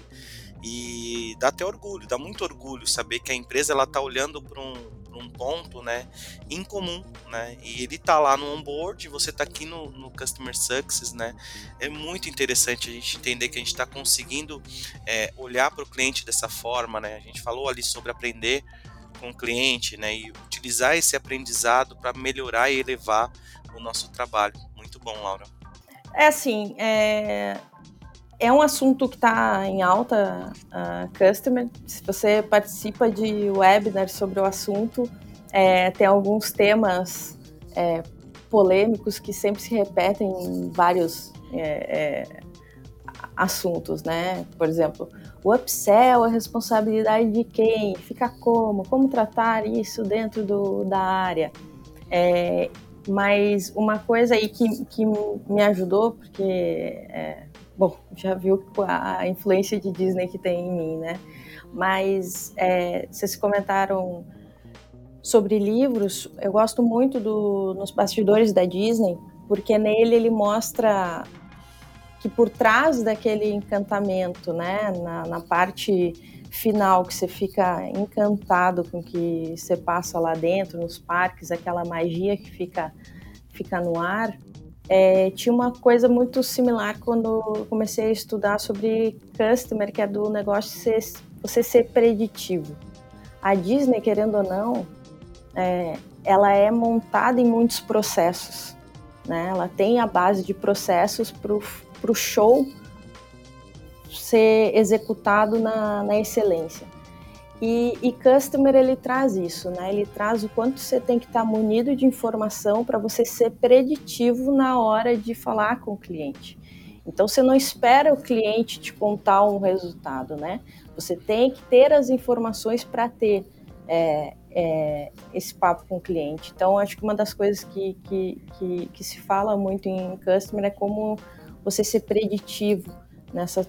E dá até orgulho, dá muito orgulho saber que a empresa, ela tá olhando para um ponto, né, em comum, né, e ele tá lá no onboard, você tá aqui no Customer Success, né, é muito interessante a gente entender que a gente tá conseguindo olhar para o cliente dessa forma, né, a gente falou ali sobre aprender com o cliente, né, e utilizar esse aprendizado para melhorar e elevar o nosso trabalho. Muito bom, Laura. É um assunto que está em alta, Customer. Se você participa de webinars sobre o assunto, tem alguns temas polêmicos que sempre se repetem em vários assuntos, né? Por exemplo, o upsell, a responsabilidade de quem? Fica como? Como tratar isso dentro da área? Mas uma coisa aí que me ajudou, porque... Bom, já viu a influência de Disney que tem em mim, né? Mas vocês comentaram sobre livros. Eu gosto muito nos bastidores da Disney, porque nele ele mostra que por trás daquele encantamento, né? Na parte final, que você fica encantado com o que você passa lá dentro, nos parques, aquela magia que fica no ar... tinha uma coisa muito similar quando eu comecei a estudar sobre Customer, que é do negócio de você ser preditivo. A Disney, querendo ou não, ela é montada em muitos processos, né? Ela tem a base de processos para o show ser executado na excelência. E Customer, ele traz isso, né? Ele traz o quanto você tem que estar munido de informação para você ser preditivo na hora de falar com o cliente. Então, você não espera o cliente te contar um resultado, né? Você tem que ter as informações para ter esse papo com o cliente. Então, acho que uma das coisas que se fala muito em Customer é como você ser preditivo nesse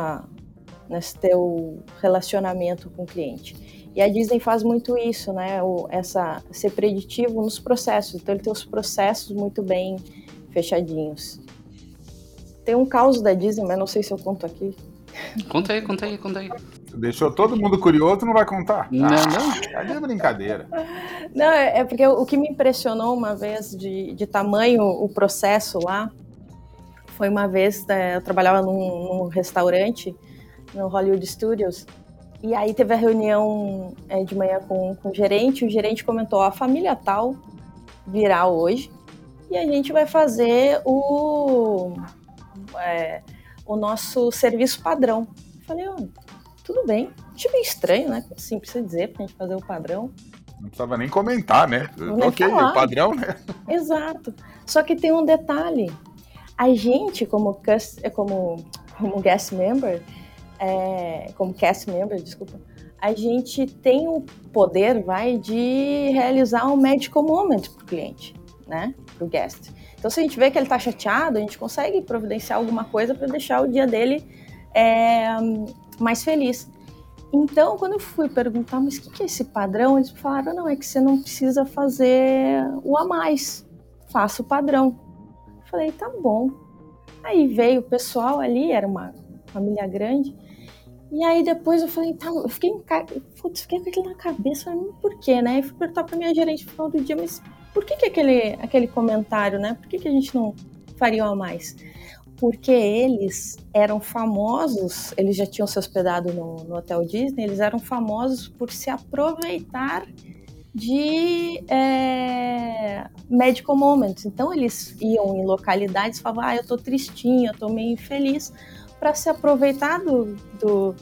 teu relacionamento com o cliente. E a Disney faz muito isso, né? Ser preditivo nos processos. Então, ele tem os processos muito bem fechadinhos. Tem um caos da Disney, mas não sei se eu conto aqui. Conta aí. Deixou todo mundo curioso, não vai contar? Não. Cadê a brincadeira? Não, é porque o que me impressionou uma vez de tamanho o processo lá, foi uma vez, eu trabalhava num restaurante, no Hollywood Studios, e aí teve a reunião de manhã com o gerente comentou, a família tal virá hoje, e a gente vai fazer o nosso serviço padrão. Eu falei, tudo bem. Achei meio estranho, né? Assim, precisa dizer pra gente fazer o padrão. Não precisava nem comentar, né? Ok, falar. O padrão, né? Exato. Só que tem um detalhe. A gente, como guest member, como cast member, desculpa, a gente tem o poder, de realizar um medical moment pro cliente, né? Pro guest. Então, se a gente vê que ele tá chateado, a gente consegue providenciar alguma coisa para deixar o dia dele mais feliz. Então, quando eu fui perguntar, mas o que é esse padrão? Eles falaram, não, é que você não precisa fazer o a mais, faça o padrão. Eu falei, tá bom. Aí veio o pessoal ali, era uma família grande, e aí depois eu falei, tá, eu fiquei com aquilo na cabeça, falei, por quê, né? Eu fui perguntar pra minha gerente no final do dia, mas por que aquele comentário, né? Por que a gente não faria a mais? Porque eles eram famosos, eles já tinham se hospedado no Hotel Disney, eles eram famosos por se aproveitar de medical moments. Então eles iam em localidades e falavam, eu tô tristinho, eu tô meio infeliz, para se aproveitar do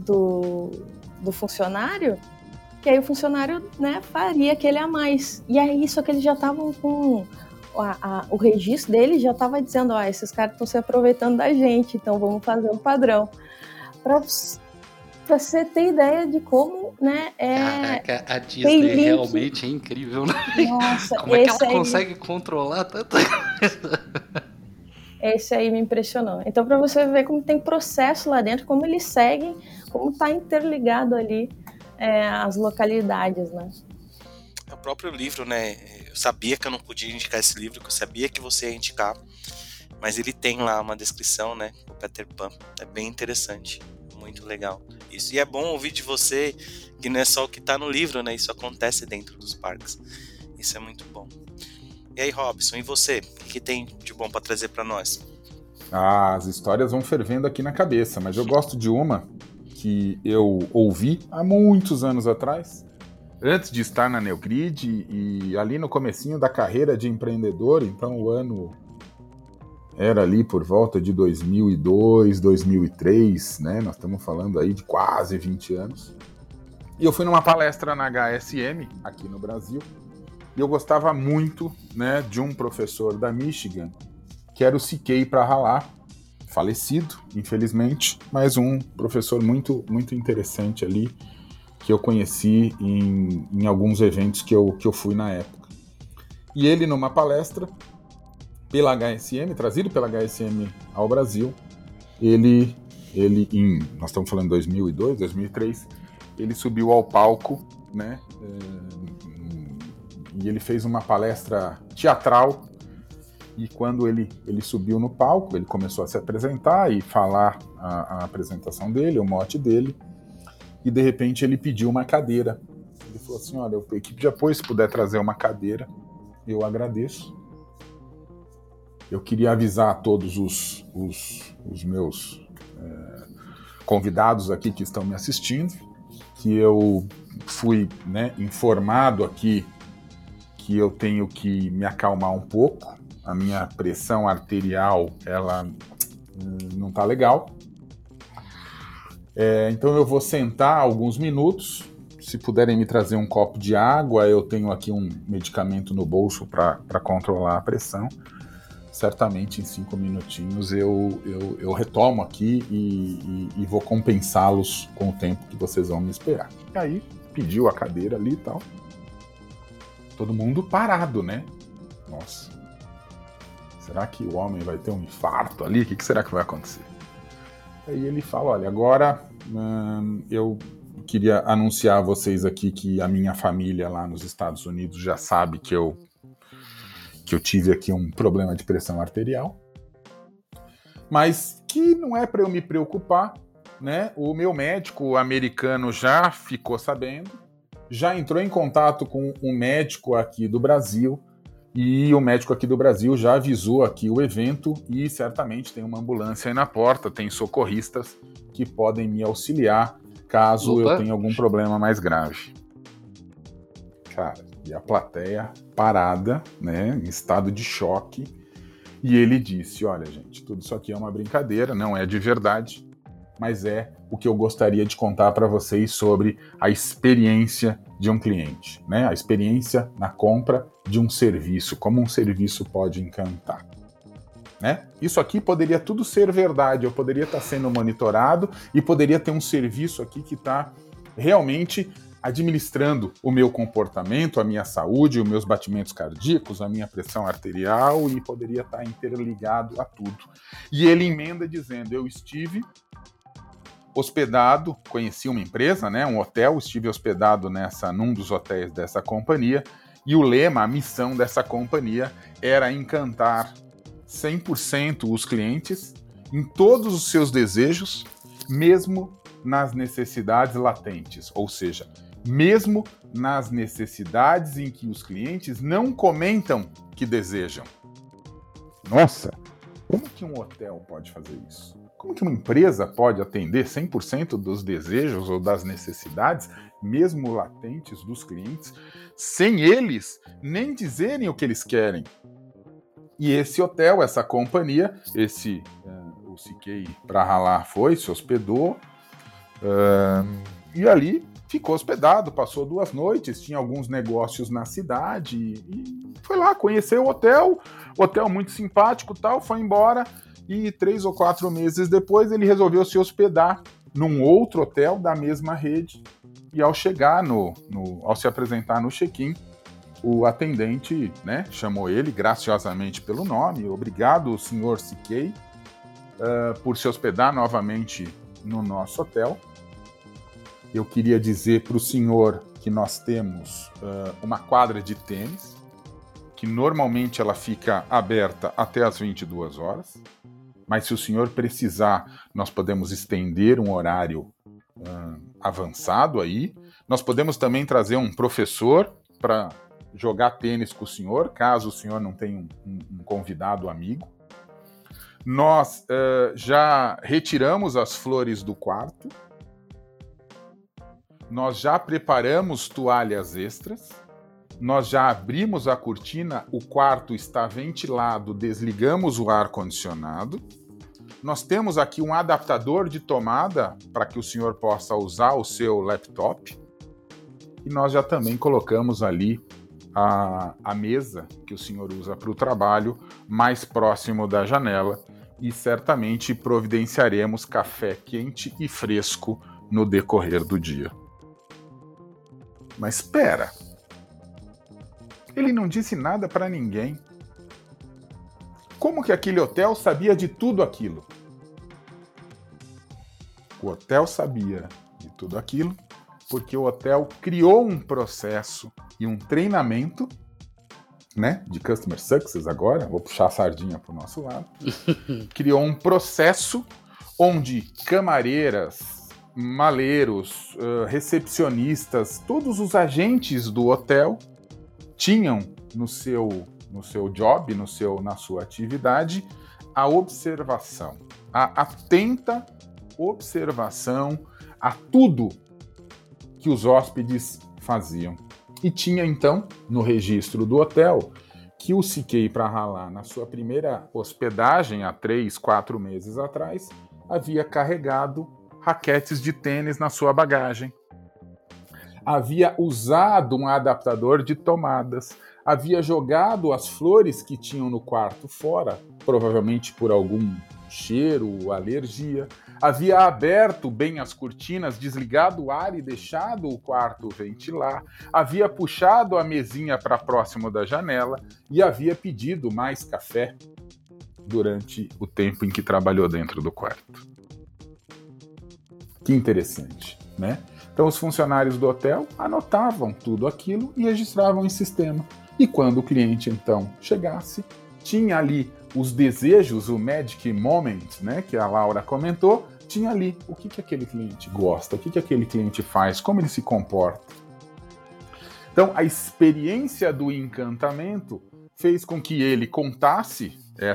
funcionário, que aí o funcionário, né, faria aquele a mais. E aí só que eles já estavam com o registro deles, já estava dizendo, esses caras estão se aproveitando da gente, então vamos fazer um padrão. Para você ter ideia de como, né, Caraca, a Disney realmente é incrível, né? Nossa, como é que ela consegue controlar tanta coisa? Esse aí me impressionou. Então, para você ver como tem processo lá dentro, como eles seguem, como está interligado ali as localidades, né? O próprio livro, né? Eu sabia que eu não podia indicar esse livro, que eu sabia que você ia indicar, mas ele tem lá uma descrição, né? O Peter Pan. É bem interessante, muito legal. Isso, e é bom ouvir de você que não é só o que está no livro, né? Isso acontece dentro dos parques. Isso é muito bom. E aí, Robson, e você? O que tem de bom para trazer para nós? As histórias vão fervendo aqui na cabeça, mas eu gosto de uma que eu ouvi há muitos anos atrás, antes de estar na Neogrid e ali no comecinho da carreira de empreendedor. Então o ano era ali por volta de 2002, 2003, né? Nós estamos falando aí de quase 20 anos. E eu fui numa palestra na HSM, aqui no Brasil, e eu gostava muito, né, de um professor da Michigan, que era o C.K. Prahalá, falecido, infelizmente, mas um professor muito, muito interessante ali, que eu conheci em alguns eventos que eu fui na época. E ele, numa palestra pela HSM, trazido pela HSM ao Brasil, nós estamos falando de 2002, 2003, ele subiu ao palco, né, e ele fez uma palestra teatral. E quando ele subiu no palco, ele começou a se apresentar e falar a apresentação dele, o mote dele, e de repente ele pediu uma cadeira. Ele falou assim, olha, a equipe de apoio, se puder trazer uma cadeira, eu agradeço. Eu queria avisar a todos os meus convidados aqui que estão me assistindo, que eu fui, né, informado aqui que eu tenho que me acalmar um pouco. A minha pressão arterial, ela não está legal. Então eu vou sentar alguns minutos se puderem me trazer um copo de água, eu tenho aqui um medicamento no bolso para controlar a pressão. Certamente em 5 minutinhos eu retomo aqui e vou compensá-los com o tempo que vocês vão me esperar. E aí, pediu a cadeira ali e tal. Todo mundo parado, né? Nossa. Será que o homem vai ter um infarto ali? O que será que vai acontecer? Aí ele fala, olha, agora eu queria anunciar a vocês aqui que a minha família lá nos Estados Unidos já sabe que eu tive aqui um problema de pressão arterial, mas que não é para eu me preocupar, né? O meu médico americano já ficou sabendo, já entrou em contato com um médico aqui do Brasil, e o médico aqui do Brasil já avisou aqui o evento e certamente tem uma ambulância aí na porta, tem socorristas que podem me auxiliar caso eu tenha algum problema mais grave. Cara, e a plateia parada, né, em estado de choque, e ele disse, olha gente, tudo isso aqui é uma brincadeira, não é de verdade, mas é o que eu gostaria de contar para vocês sobre a experiência de um cliente, né? A experiência na compra de um serviço, como um serviço pode encantar, né? Isso aqui poderia tudo ser verdade, eu poderia estar sendo monitorado e poderia ter um serviço aqui que está realmente administrando o meu comportamento, a minha saúde, os meus batimentos cardíacos, a minha pressão arterial e poderia estar interligado a tudo. E ele emenda dizendo, eu estive hospedado, conheci uma empresa, né, um hotel, estive hospedado num dos hotéis dessa companhia, e o lema, a missão dessa companhia era encantar 100% os clientes em todos os seus desejos, mesmo nas necessidades latentes, ou seja, mesmo nas necessidades em que os clientes não comentam que desejam. Nossa, como que um hotel pode fazer isso? Como que uma empresa pode atender 100% dos desejos ou das necessidades, mesmo latentes, dos clientes, sem eles nem dizerem o que eles querem? E esse hotel, essa companhia, o CK para ralar se hospedou, e ali ficou hospedado, passou 2 noites, tinha alguns negócios na cidade, e foi lá, conheceu o hotel muito simpático e tal, foi embora. E 3 ou 4 meses depois ele resolveu se hospedar num outro hotel da mesma rede. E ao chegar ao se apresentar no check-in, o atendente, né, chamou ele graciosamente pelo nome. Obrigado, senhor CK, por se hospedar novamente no nosso hotel. Eu queria dizer para o senhor que nós temos uma quadra de tênis, que normalmente ela fica aberta até às 22 horas. Mas se o senhor precisar, nós podemos estender um horário avançado aí. Nós podemos também trazer um professor para jogar tênis com o senhor, caso o senhor não tenha um convidado amigo. Nós já retiramos as flores do quarto. Nós já preparamos toalhas extras. Nós já abrimos a cortina, o quarto está ventilado, desligamos o ar-condicionado. Nós temos aqui um adaptador de tomada para que o senhor possa usar o seu laptop. E nós já também colocamos ali a mesa que o senhor usa para o trabalho, mais próximo da janela. E certamente providenciaremos café quente e fresco no decorrer do dia. Mas espera! Ele não disse nada para ninguém. Como que aquele hotel sabia de tudo aquilo? O hotel sabia de tudo aquilo porque o hotel criou um processo e um treinamento, né, de Customer Success agora, vou puxar a sardinha para o nosso lado, criou um processo onde camareiras, maleiros, recepcionistas, todos os agentes do hotel tinham no seu job, na sua atividade, a observação, a atenta observação a tudo que os hóspedes faziam. E tinha, então, no registro do hotel, que o CK para ralar na sua primeira hospedagem, há 3, 4 meses atrás, havia carregado raquetes de tênis na sua bagagem. havia usado um adaptador de tomadas, havia jogado as flores que tinham no quarto fora, provavelmente por algum cheiro ou alergia, havia aberto bem as cortinas, desligado o ar e deixado o quarto ventilar, havia puxado a mesinha para próximo da janela e havia pedido mais café durante o tempo em que trabalhou dentro do quarto. Que interessante, né? Então os funcionários do hotel anotavam tudo aquilo e registravam em sistema. E quando o cliente então chegasse, tinha ali os desejos, o Magic Moment, né, que a Laura comentou, tinha ali o que aquele cliente gosta, o que aquele cliente faz, como ele se comporta. Então a experiência do encantamento fez com que ele contasse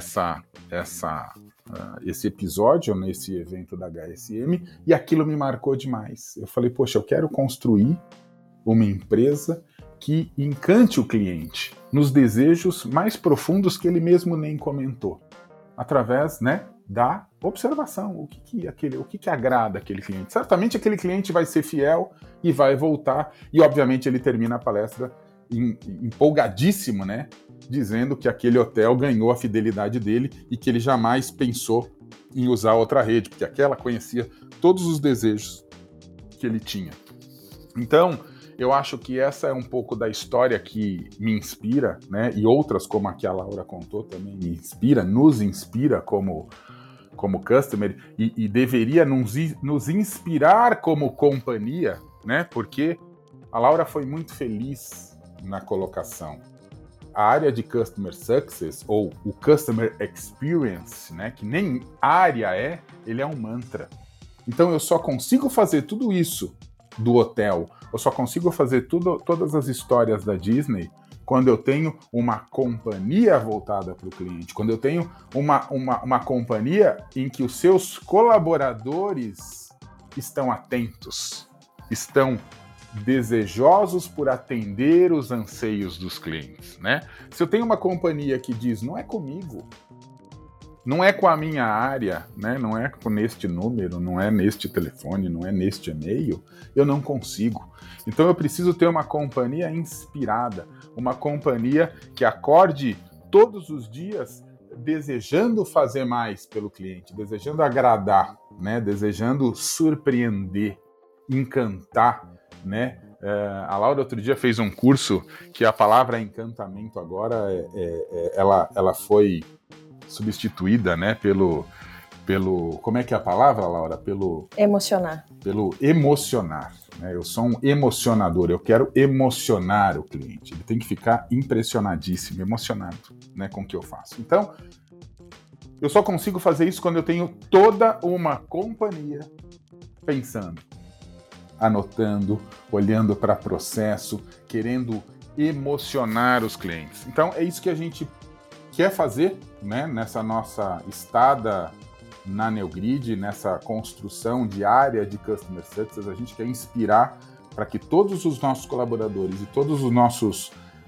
esse episódio nesse evento da HSM e aquilo me marcou demais. Eu falei, poxa, eu quero construir uma empresa que encante o cliente nos desejos mais profundos que ele mesmo nem comentou, através, né, da observação, o que agrada aquele cliente. Certamente aquele cliente vai ser fiel e vai voltar, e obviamente ele termina a palestra empolgadíssimo, né, dizendo que aquele hotel ganhou a fidelidade dele e que ele jamais pensou em usar outra rede, porque aquela conhecia todos os desejos que ele tinha. Então, eu acho que essa é um pouco da história que me inspira, né? E outras, como a que a Laura contou, também me inspira, nos inspira como customer e deveria nos inspirar como companhia, né? Porque a Laura foi muito feliz na colocação. A área de Customer Success, ou o Customer Experience, né? Que nem área ele é um mantra. Então eu só consigo fazer tudo isso do hotel, eu só consigo fazer todas as histórias da Disney quando eu tenho uma companhia voltada para o cliente, quando eu tenho uma companhia em que os seus colaboradores estão atentos, estão desejosos por atender os anseios dos clientes, né? Se eu tenho uma companhia que diz, não é comigo, não é com a minha área, né? Não é neste número, não é neste telefone, não é neste e-mail, eu não consigo. Então eu preciso ter uma companhia inspirada, uma companhia que acorde todos os dias desejando fazer mais pelo cliente, desejando agradar, né? Desejando surpreender, encantar, né? A Laura outro dia fez um curso que a palavra encantamento agora ela foi substituída, né, pelo como é que é a palavra, Laura? Emocionar. Pelo emocionar, né? Eu sou um emocionador, eu quero emocionar o cliente. Ele tem que ficar impressionadíssimo, emocionado, né, com o que eu faço. Então, eu só consigo fazer isso quando eu tenho toda uma companhia pensando, anotando, olhando para processo, querendo emocionar os clientes. Então, é isso que a gente quer fazer, né, nessa nossa estada na Neogrid, nessa construção diária de Customer Success. A gente quer inspirar para que todos os nossos colaboradores e todos os nossos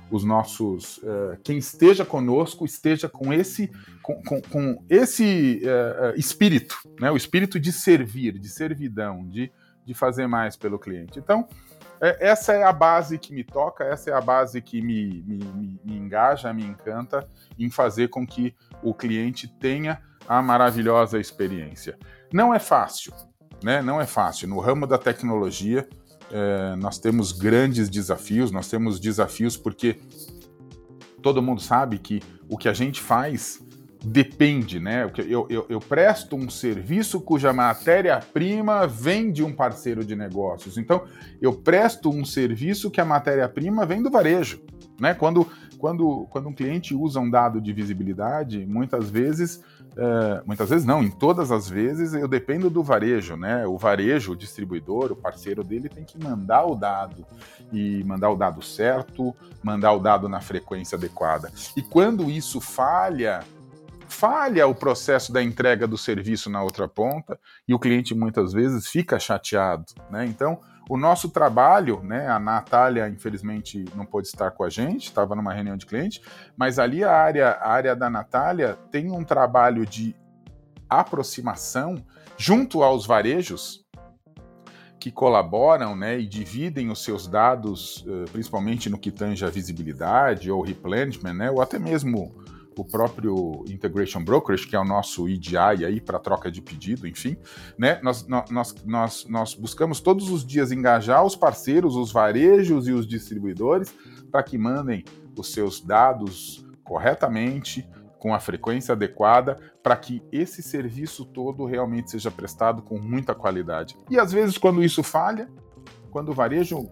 quem esteja conosco esteja com esse espírito, né, o espírito de servir, de servidão, de fazer mais pelo cliente. Então, essa é a base que me toca, essa é a base que me engaja, me encanta em fazer com que o cliente tenha a maravilhosa experiência. Não é fácil, né? Não é fácil. No ramo da tecnologia, nós temos grandes desafios, nós temos desafios porque todo mundo sabe que o que a gente faz depende, né? Eu presto um serviço cuja matéria-prima vem de um parceiro de negócios. Então, eu presto um serviço que a matéria-prima vem do varejo, né? Quando um cliente usa um dado de visibilidade, muitas vezes não, em todas as vezes eu dependo do varejo, né? O varejo, o distribuidor, o parceiro dele tem que mandar o dado e mandar o dado certo, mandar o dado na frequência adequada. E quando isso falha o processo da entrega do serviço na outra ponta e o cliente muitas vezes fica chateado, né? Então, o nosso trabalho, né? A Natália, infelizmente, não pôde estar com a gente, estava numa reunião de cliente, mas ali a área da Natália tem um trabalho de aproximação junto aos varejos que colaboram, né, e dividem os seus dados, principalmente no que tange a visibilidade ou replenishment, né, ou até mesmo o próprio Integration Brokerage, que é o nosso EDI aí para troca de pedido, enfim, né, nós buscamos todos os dias engajar os parceiros, os varejos e os distribuidores para que mandem os seus dados corretamente, com a frequência adequada, para que esse serviço todo realmente seja prestado com muita qualidade. E às vezes, quando isso falha, quando o varejo,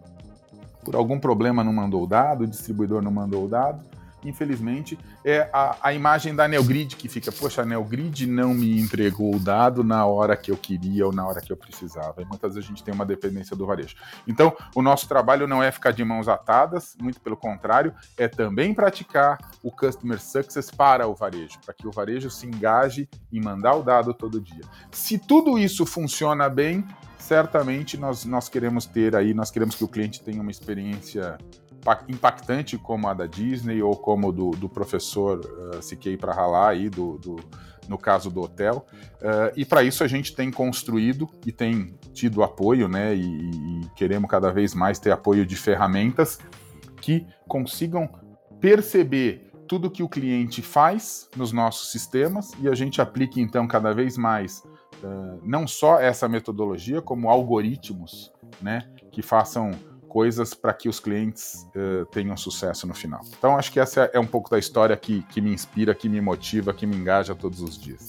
por algum problema, não mandou o dado, o distribuidor não mandou o dado, infelizmente, é a imagem da Neogrid que fica, poxa, a Neogrid não me entregou o dado na hora que eu queria ou na hora que eu precisava. E muitas vezes a gente tem uma dependência do varejo. Então, o nosso trabalho não é ficar de mãos atadas, muito pelo contrário, é também praticar o Customer Success para o varejo, para que o varejo se engaje em mandar o dado todo dia. Se tudo isso funciona bem, certamente nós queremos que o cliente tenha uma experiência impactante como a da Disney ou como do professor Siquei para ralar aí no caso do hotel, e para isso a gente tem construído e tem tido apoio, né, e queremos cada vez mais ter apoio de ferramentas que consigam perceber tudo que o cliente faz nos nossos sistemas e a gente aplique então cada vez mais não só essa metodologia, como algoritmos, né, que façam coisas para que os clientes tenham sucesso no final. Então, acho que essa é um pouco da história que me inspira, que me motiva, que me engaja todos os dias.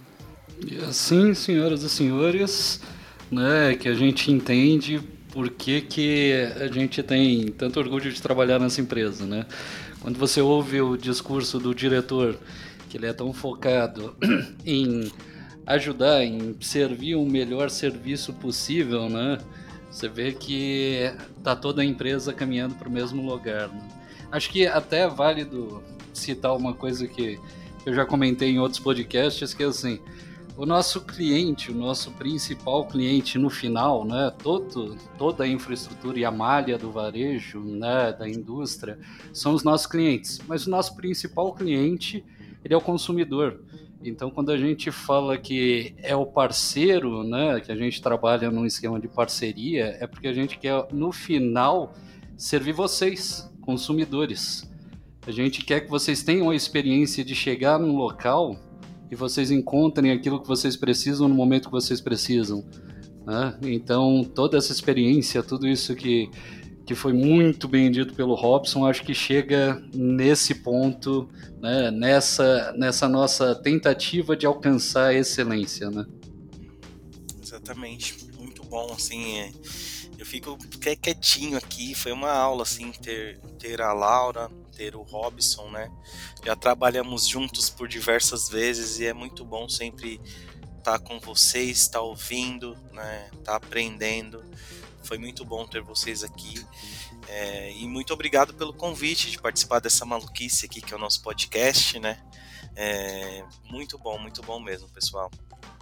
E assim, senhoras e senhores, né, que a gente entende por que a gente tem tanto orgulho de trabalhar nessa empresa, né? Quando você ouve o discurso do diretor, que ele é tão focado em ajudar, em servir o melhor serviço possível, né? Você vê que tá toda a empresa caminhando para o mesmo lugar, né? Acho que até é válido citar uma coisa que eu já comentei em outros podcasts, que é assim, o nosso cliente, o nosso principal cliente no final, né, toda a infraestrutura e a malha do varejo, né, da indústria, são os nossos clientes. Mas o nosso principal cliente, ele é o consumidor. Então, quando a gente fala que é o parceiro, né, que a gente trabalha num esquema de parceria, é porque a gente quer, no final, servir vocês, consumidores. A gente quer que vocês tenham a experiência de chegar num local e vocês encontrem aquilo que vocês precisam no momento que vocês precisam, né? Então, toda essa experiência, tudo isso que foi muito bem dito pelo Robson, acho que chega nesse ponto, né, nessa nossa tentativa de alcançar a excelência, né? Exatamente, muito bom, assim, eu fico quietinho aqui, foi uma aula, assim, ter a Laura, ter o Robson, né, já trabalhamos juntos por diversas vezes e é muito bom sempre estar com vocês, estar ouvindo, né, estar aprendendo. Foi muito bom ter vocês aqui, e muito obrigado pelo convite de participar dessa maluquice aqui que é o nosso podcast, né? Muito bom mesmo, pessoal.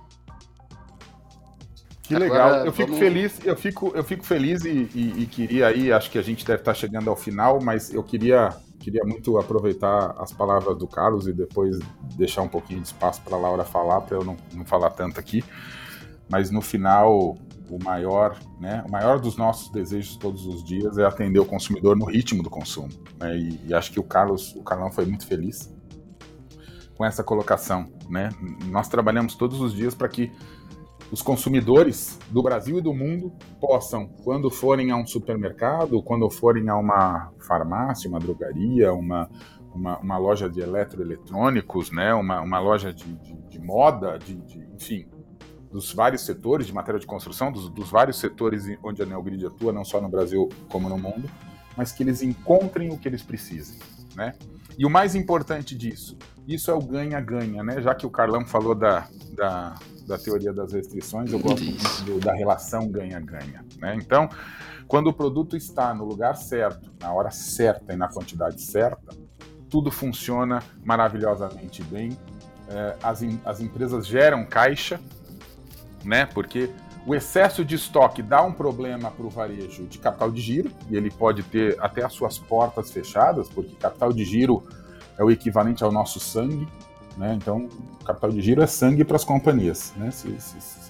Que legal, eu fico feliz e queria aí, acho que a gente deve estar chegando ao final, mas eu queria muito aproveitar as palavras do Carlos e depois deixar um pouquinho de espaço para a Laura falar, para eu não falar tanto aqui, mas no final o maior dos nossos desejos todos os dias é atender o consumidor no ritmo do consumo, né? E acho que o Carlão foi muito feliz com essa colocação, né? Nós trabalhamos todos os dias para que os consumidores do Brasil e do mundo possam, quando forem a um supermercado, quando forem a uma farmácia, uma drogaria, uma loja de eletroeletrônicos, né? uma loja de moda, enfim, dos vários setores de matéria de construção, dos vários setores onde a Neogrid atua, não só no Brasil como no mundo, mas que eles encontrem o que eles precisem, né? E o mais importante disso, isso é o ganha-ganha, né? Já que o Carlão falou da teoria das restrições, eu gosto muito da relação ganha-ganha, né? Então, quando o produto está no lugar certo, na hora certa e na quantidade certa, tudo funciona maravilhosamente bem. As empresas geram caixa, né? Porque o excesso de estoque dá um problema para o varejo de capital de giro, e ele pode ter até as suas portas fechadas, porque capital de giro é o equivalente ao nosso sangue, né? Então, capital de giro é sangue para as companhias, né?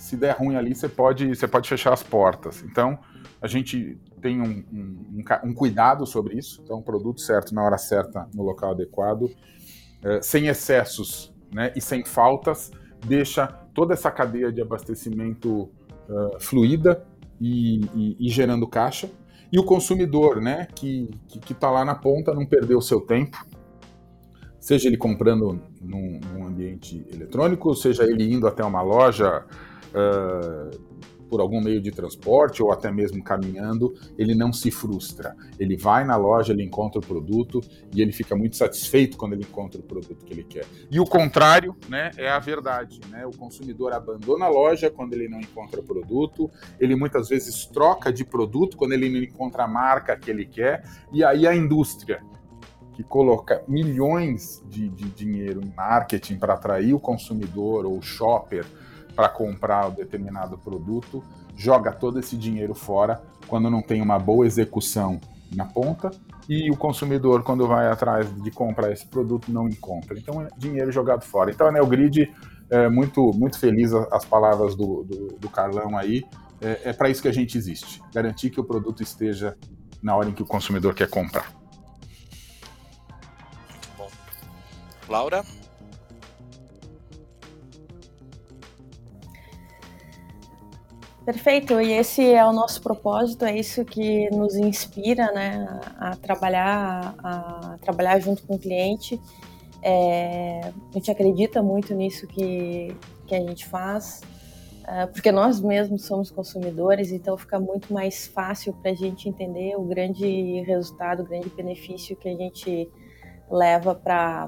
se der ruim ali, você pode fechar as portas. Então, a gente tem um cuidado sobre isso. Então, o produto certo na hora certa, no local adequado, sem excessos, né, e sem faltas, deixa toda essa cadeia de abastecimento fluida e gerando caixa. E o consumidor, né, que está lá na ponta, não perdeu o seu tempo, seja ele comprando num ambiente eletrônico, seja ele indo até uma loja por algum meio de transporte ou até mesmo caminhando, ele não se frustra. Ele vai na loja, ele encontra o produto e ele fica muito satisfeito quando ele encontra o produto que ele quer. E o contrário, né, é a verdade, né? O consumidor abandona a loja quando ele não encontra o produto, ele muitas vezes troca de produto quando ele não encontra a marca que ele quer, e aí a indústria, que coloca milhões de dinheiro em marketing para atrair o consumidor ou o shopper para comprar um determinado produto, joga todo esse dinheiro fora quando não tem uma boa execução na ponta, e o consumidor, quando vai atrás de comprar esse produto, não encontra. Então é dinheiro jogado fora. Então a Neogrid, muito, muito feliz as palavras do Carlão aí, é para isso que a gente existe, garantir que o produto esteja na hora em que o consumidor quer comprar. Muito bom. Laura? Perfeito, e esse é o nosso propósito, é isso que nos inspira, né, a trabalhar junto com o cliente. A gente acredita muito nisso que a gente faz, porque nós mesmos somos consumidores, então fica muito mais fácil para a gente entender o grande resultado, o grande benefício que a gente leva para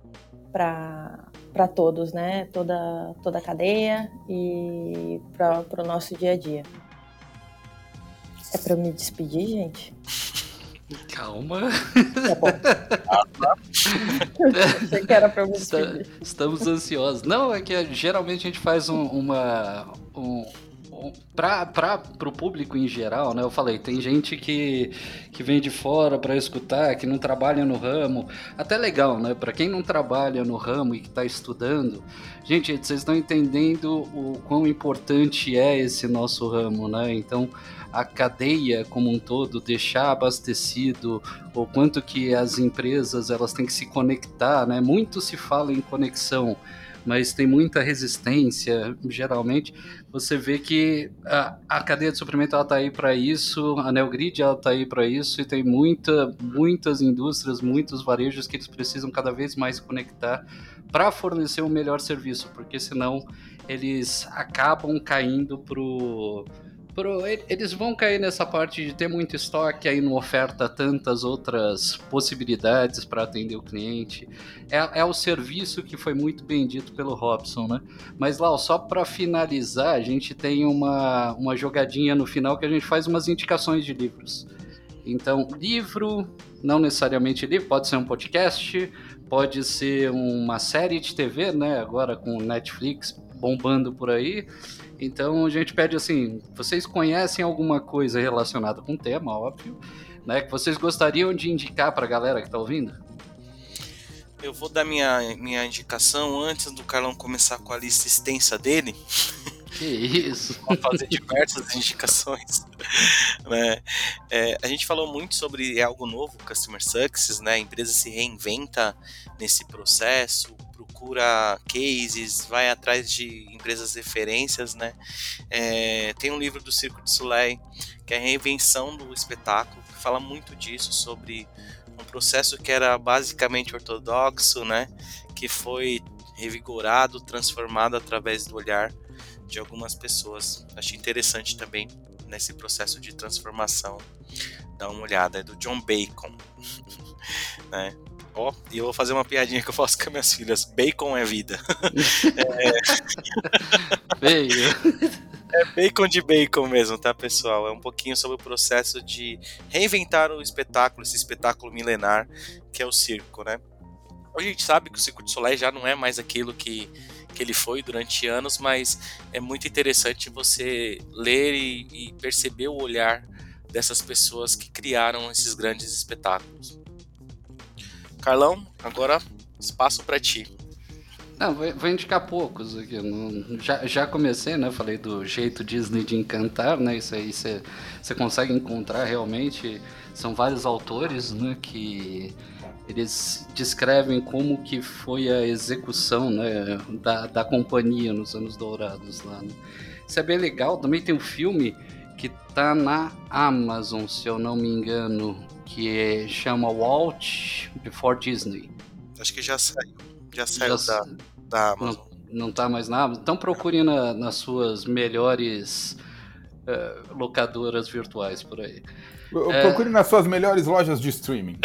todos, né? Toda a cadeia e para o nosso dia a dia. É para eu me despedir, gente? Calma. Tá bom. Achei que era para eu me despedir. Estamos ansiosos. Não, é que geralmente a gente faz para o público em geral, né? Eu falei, tem gente que vem de fora para escutar, que não trabalha no ramo, até legal, né? Para quem não trabalha no ramo e que está estudando, gente, vocês estão entendendo o quão importante é esse nosso ramo, né? Então, a cadeia como um todo, deixar abastecido, o quanto que as empresas elas têm que se conectar, né? Muito se fala em conexão, mas tem muita resistência. Geralmente você vê que a cadeia de suprimento está aí para isso, a Neogrid está aí para isso, e tem muitas indústrias, muitos varejos que eles precisam cada vez mais se conectar para fornecer um melhor serviço, porque senão eles acabam caindo eles vão cair nessa parte de ter muito estoque, aí não oferta tantas outras possibilidades para atender o cliente. É o serviço que foi muito bem dito pelo Robson, né? Mas, Lau, só para finalizar, a gente tem uma jogadinha no final que a gente faz umas indicações de livros. Então, livro, não necessariamente livro, pode ser um podcast, pode ser uma série de TV, né? Agora com Netflix bombando por aí. Então a gente pede assim, vocês conhecem alguma coisa relacionada com o tema, óbvio, né, que vocês gostariam de indicar para a galera que está ouvindo? Eu vou dar minha indicação antes do Carlão começar com a lista extensa dele. Que isso! Vou fazer diversas indicações. Né? A gente falou muito sobre algo novo, Customer Success, né? A empresa se reinventa nesse processo, procura cases, vai atrás de empresas referências, né? Tem um livro do Cirque du Soleil, que é a reinvenção do espetáculo, que fala muito disso, sobre um processo que era basicamente ortodoxo, né? Que foi revigorado, transformado através do olhar de algumas pessoas. Achei interessante também nesse processo de transformação. Dá uma olhada, é do John Bacon. Né? E eu vou fazer uma piadinha que eu faço com as minhas filhas. Bacon é vida. É bacon de bacon mesmo, tá, pessoal? É um pouquinho sobre o processo de reinventar o espetáculo, esse espetáculo milenar que é o circo, né? Hoje a gente sabe que o Cirque du Soleil já não é mais aquilo que ele foi durante anos, mas é muito interessante você ler e perceber o olhar dessas pessoas que criaram esses grandes espetáculos. Carlão, agora espaço para ti. Não, vou indicar poucos aqui. Já comecei, né? Falei do jeito Disney de encantar, né? Isso aí você consegue encontrar realmente. São vários autores, né? Que eles descrevem como que foi a execução, né? Da companhia nos anos dourados lá, né? Isso é bem legal. Também tem um filme que tá na Amazon, se eu não me engano, que chama Walt Before Disney. Acho que já saiu da Amazon. Não tá mais na Amazon? Então procure nas suas melhores locadoras virtuais por aí. Procure nas suas melhores lojas de streaming.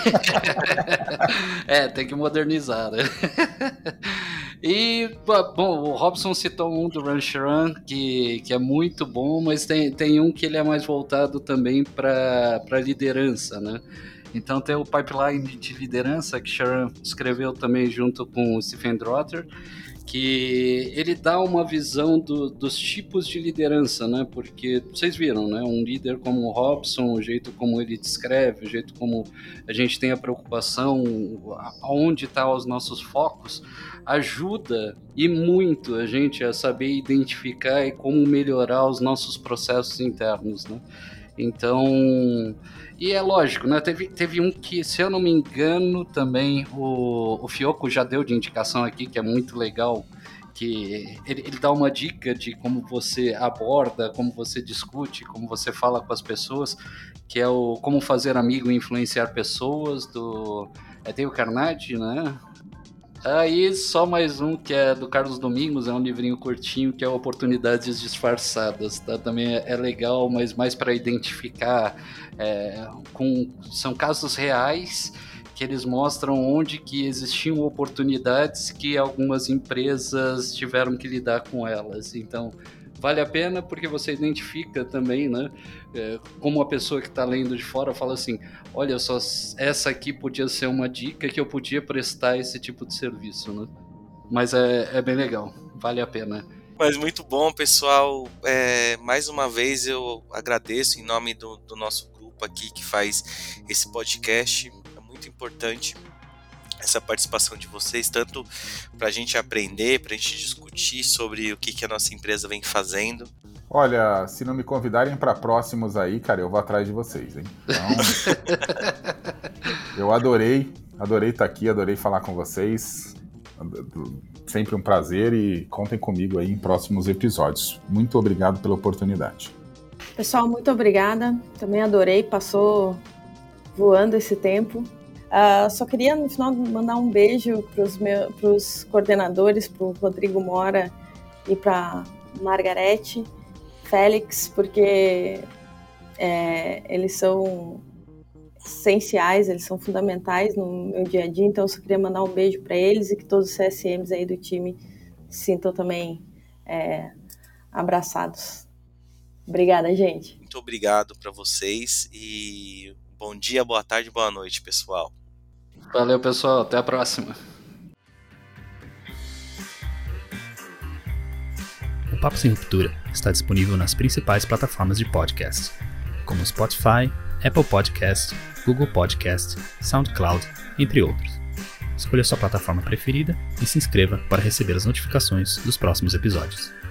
Tem que modernizar, né? E, bom, o Robson citou um do Ranch Run, que é muito bom, mas tem um que ele é mais voltado também para liderança, né? Então tem o Pipeline de Liderança, que Sharon escreveu também junto com o Stephen Drotter, que ele dá uma visão dos tipos de liderança, né? Porque vocês viram, né? Um líder como o Robson, o jeito como ele descreve, o jeito como a gente tem a preocupação, aonde estão os nossos focos, ajuda e muito a gente a saber identificar e como melhorar os nossos processos internos, né? Então, e é lógico, né? Teve um que, se eu não me engano, também o Fioco já deu de indicação aqui, que é muito legal, que ele dá uma dica de como você aborda, como você discute, como você fala com as pessoas, que é o Como Fazer Amigo e Influenciar Pessoas, do Dale Carnegie, né? Aí só mais um que é do Carlos Domingos, é um livrinho curtinho que é Oportunidades Disfarçadas, tá? Também é legal, mas mais para identificar, são casos reais que eles mostram onde que existiam oportunidades que algumas empresas tiveram que lidar com elas. Então vale a pena porque você identifica também, né? Como a pessoa que está lendo de fora fala assim, olha só, essa aqui podia ser uma dica que eu podia prestar esse tipo de serviço, né? Mas é bem legal, vale a pena. Mas muito bom, pessoal. Mais uma vez eu agradeço em nome do nosso grupo aqui que faz esse podcast. É muito importante essa participação de vocês, tanto para a gente aprender, para a gente discutir sobre o que a nossa empresa vem fazendo. Olha, se não me convidarem para próximos aí, cara, eu vou atrás de vocês, hein? Então, eu adorei estar aqui, adorei falar com vocês. Sempre um prazer e contem comigo aí em próximos episódios. Muito obrigado pela oportunidade. Pessoal, muito obrigada. Também adorei, passou voando esse tempo. Só queria, no final, mandar um beijo para os coordenadores, para o Rodrigo Mora e para Margarete, Félix, porque eles são essenciais, eles são fundamentais no meu dia a dia, então eu só queria mandar um beijo para eles e que todos os CSMs aí do time se sintam também abraçados. Obrigada, gente. Muito obrigado para vocês e bom dia, boa tarde, boa noite, pessoal. Valeu, pessoal. Até a próxima. O Papo Sem Ruptura está disponível nas principais plataformas de podcast, como Spotify, Apple Podcast, Google Podcast, SoundCloud, entre outros. Escolha sua plataforma preferida e se inscreva para receber as notificações dos próximos episódios.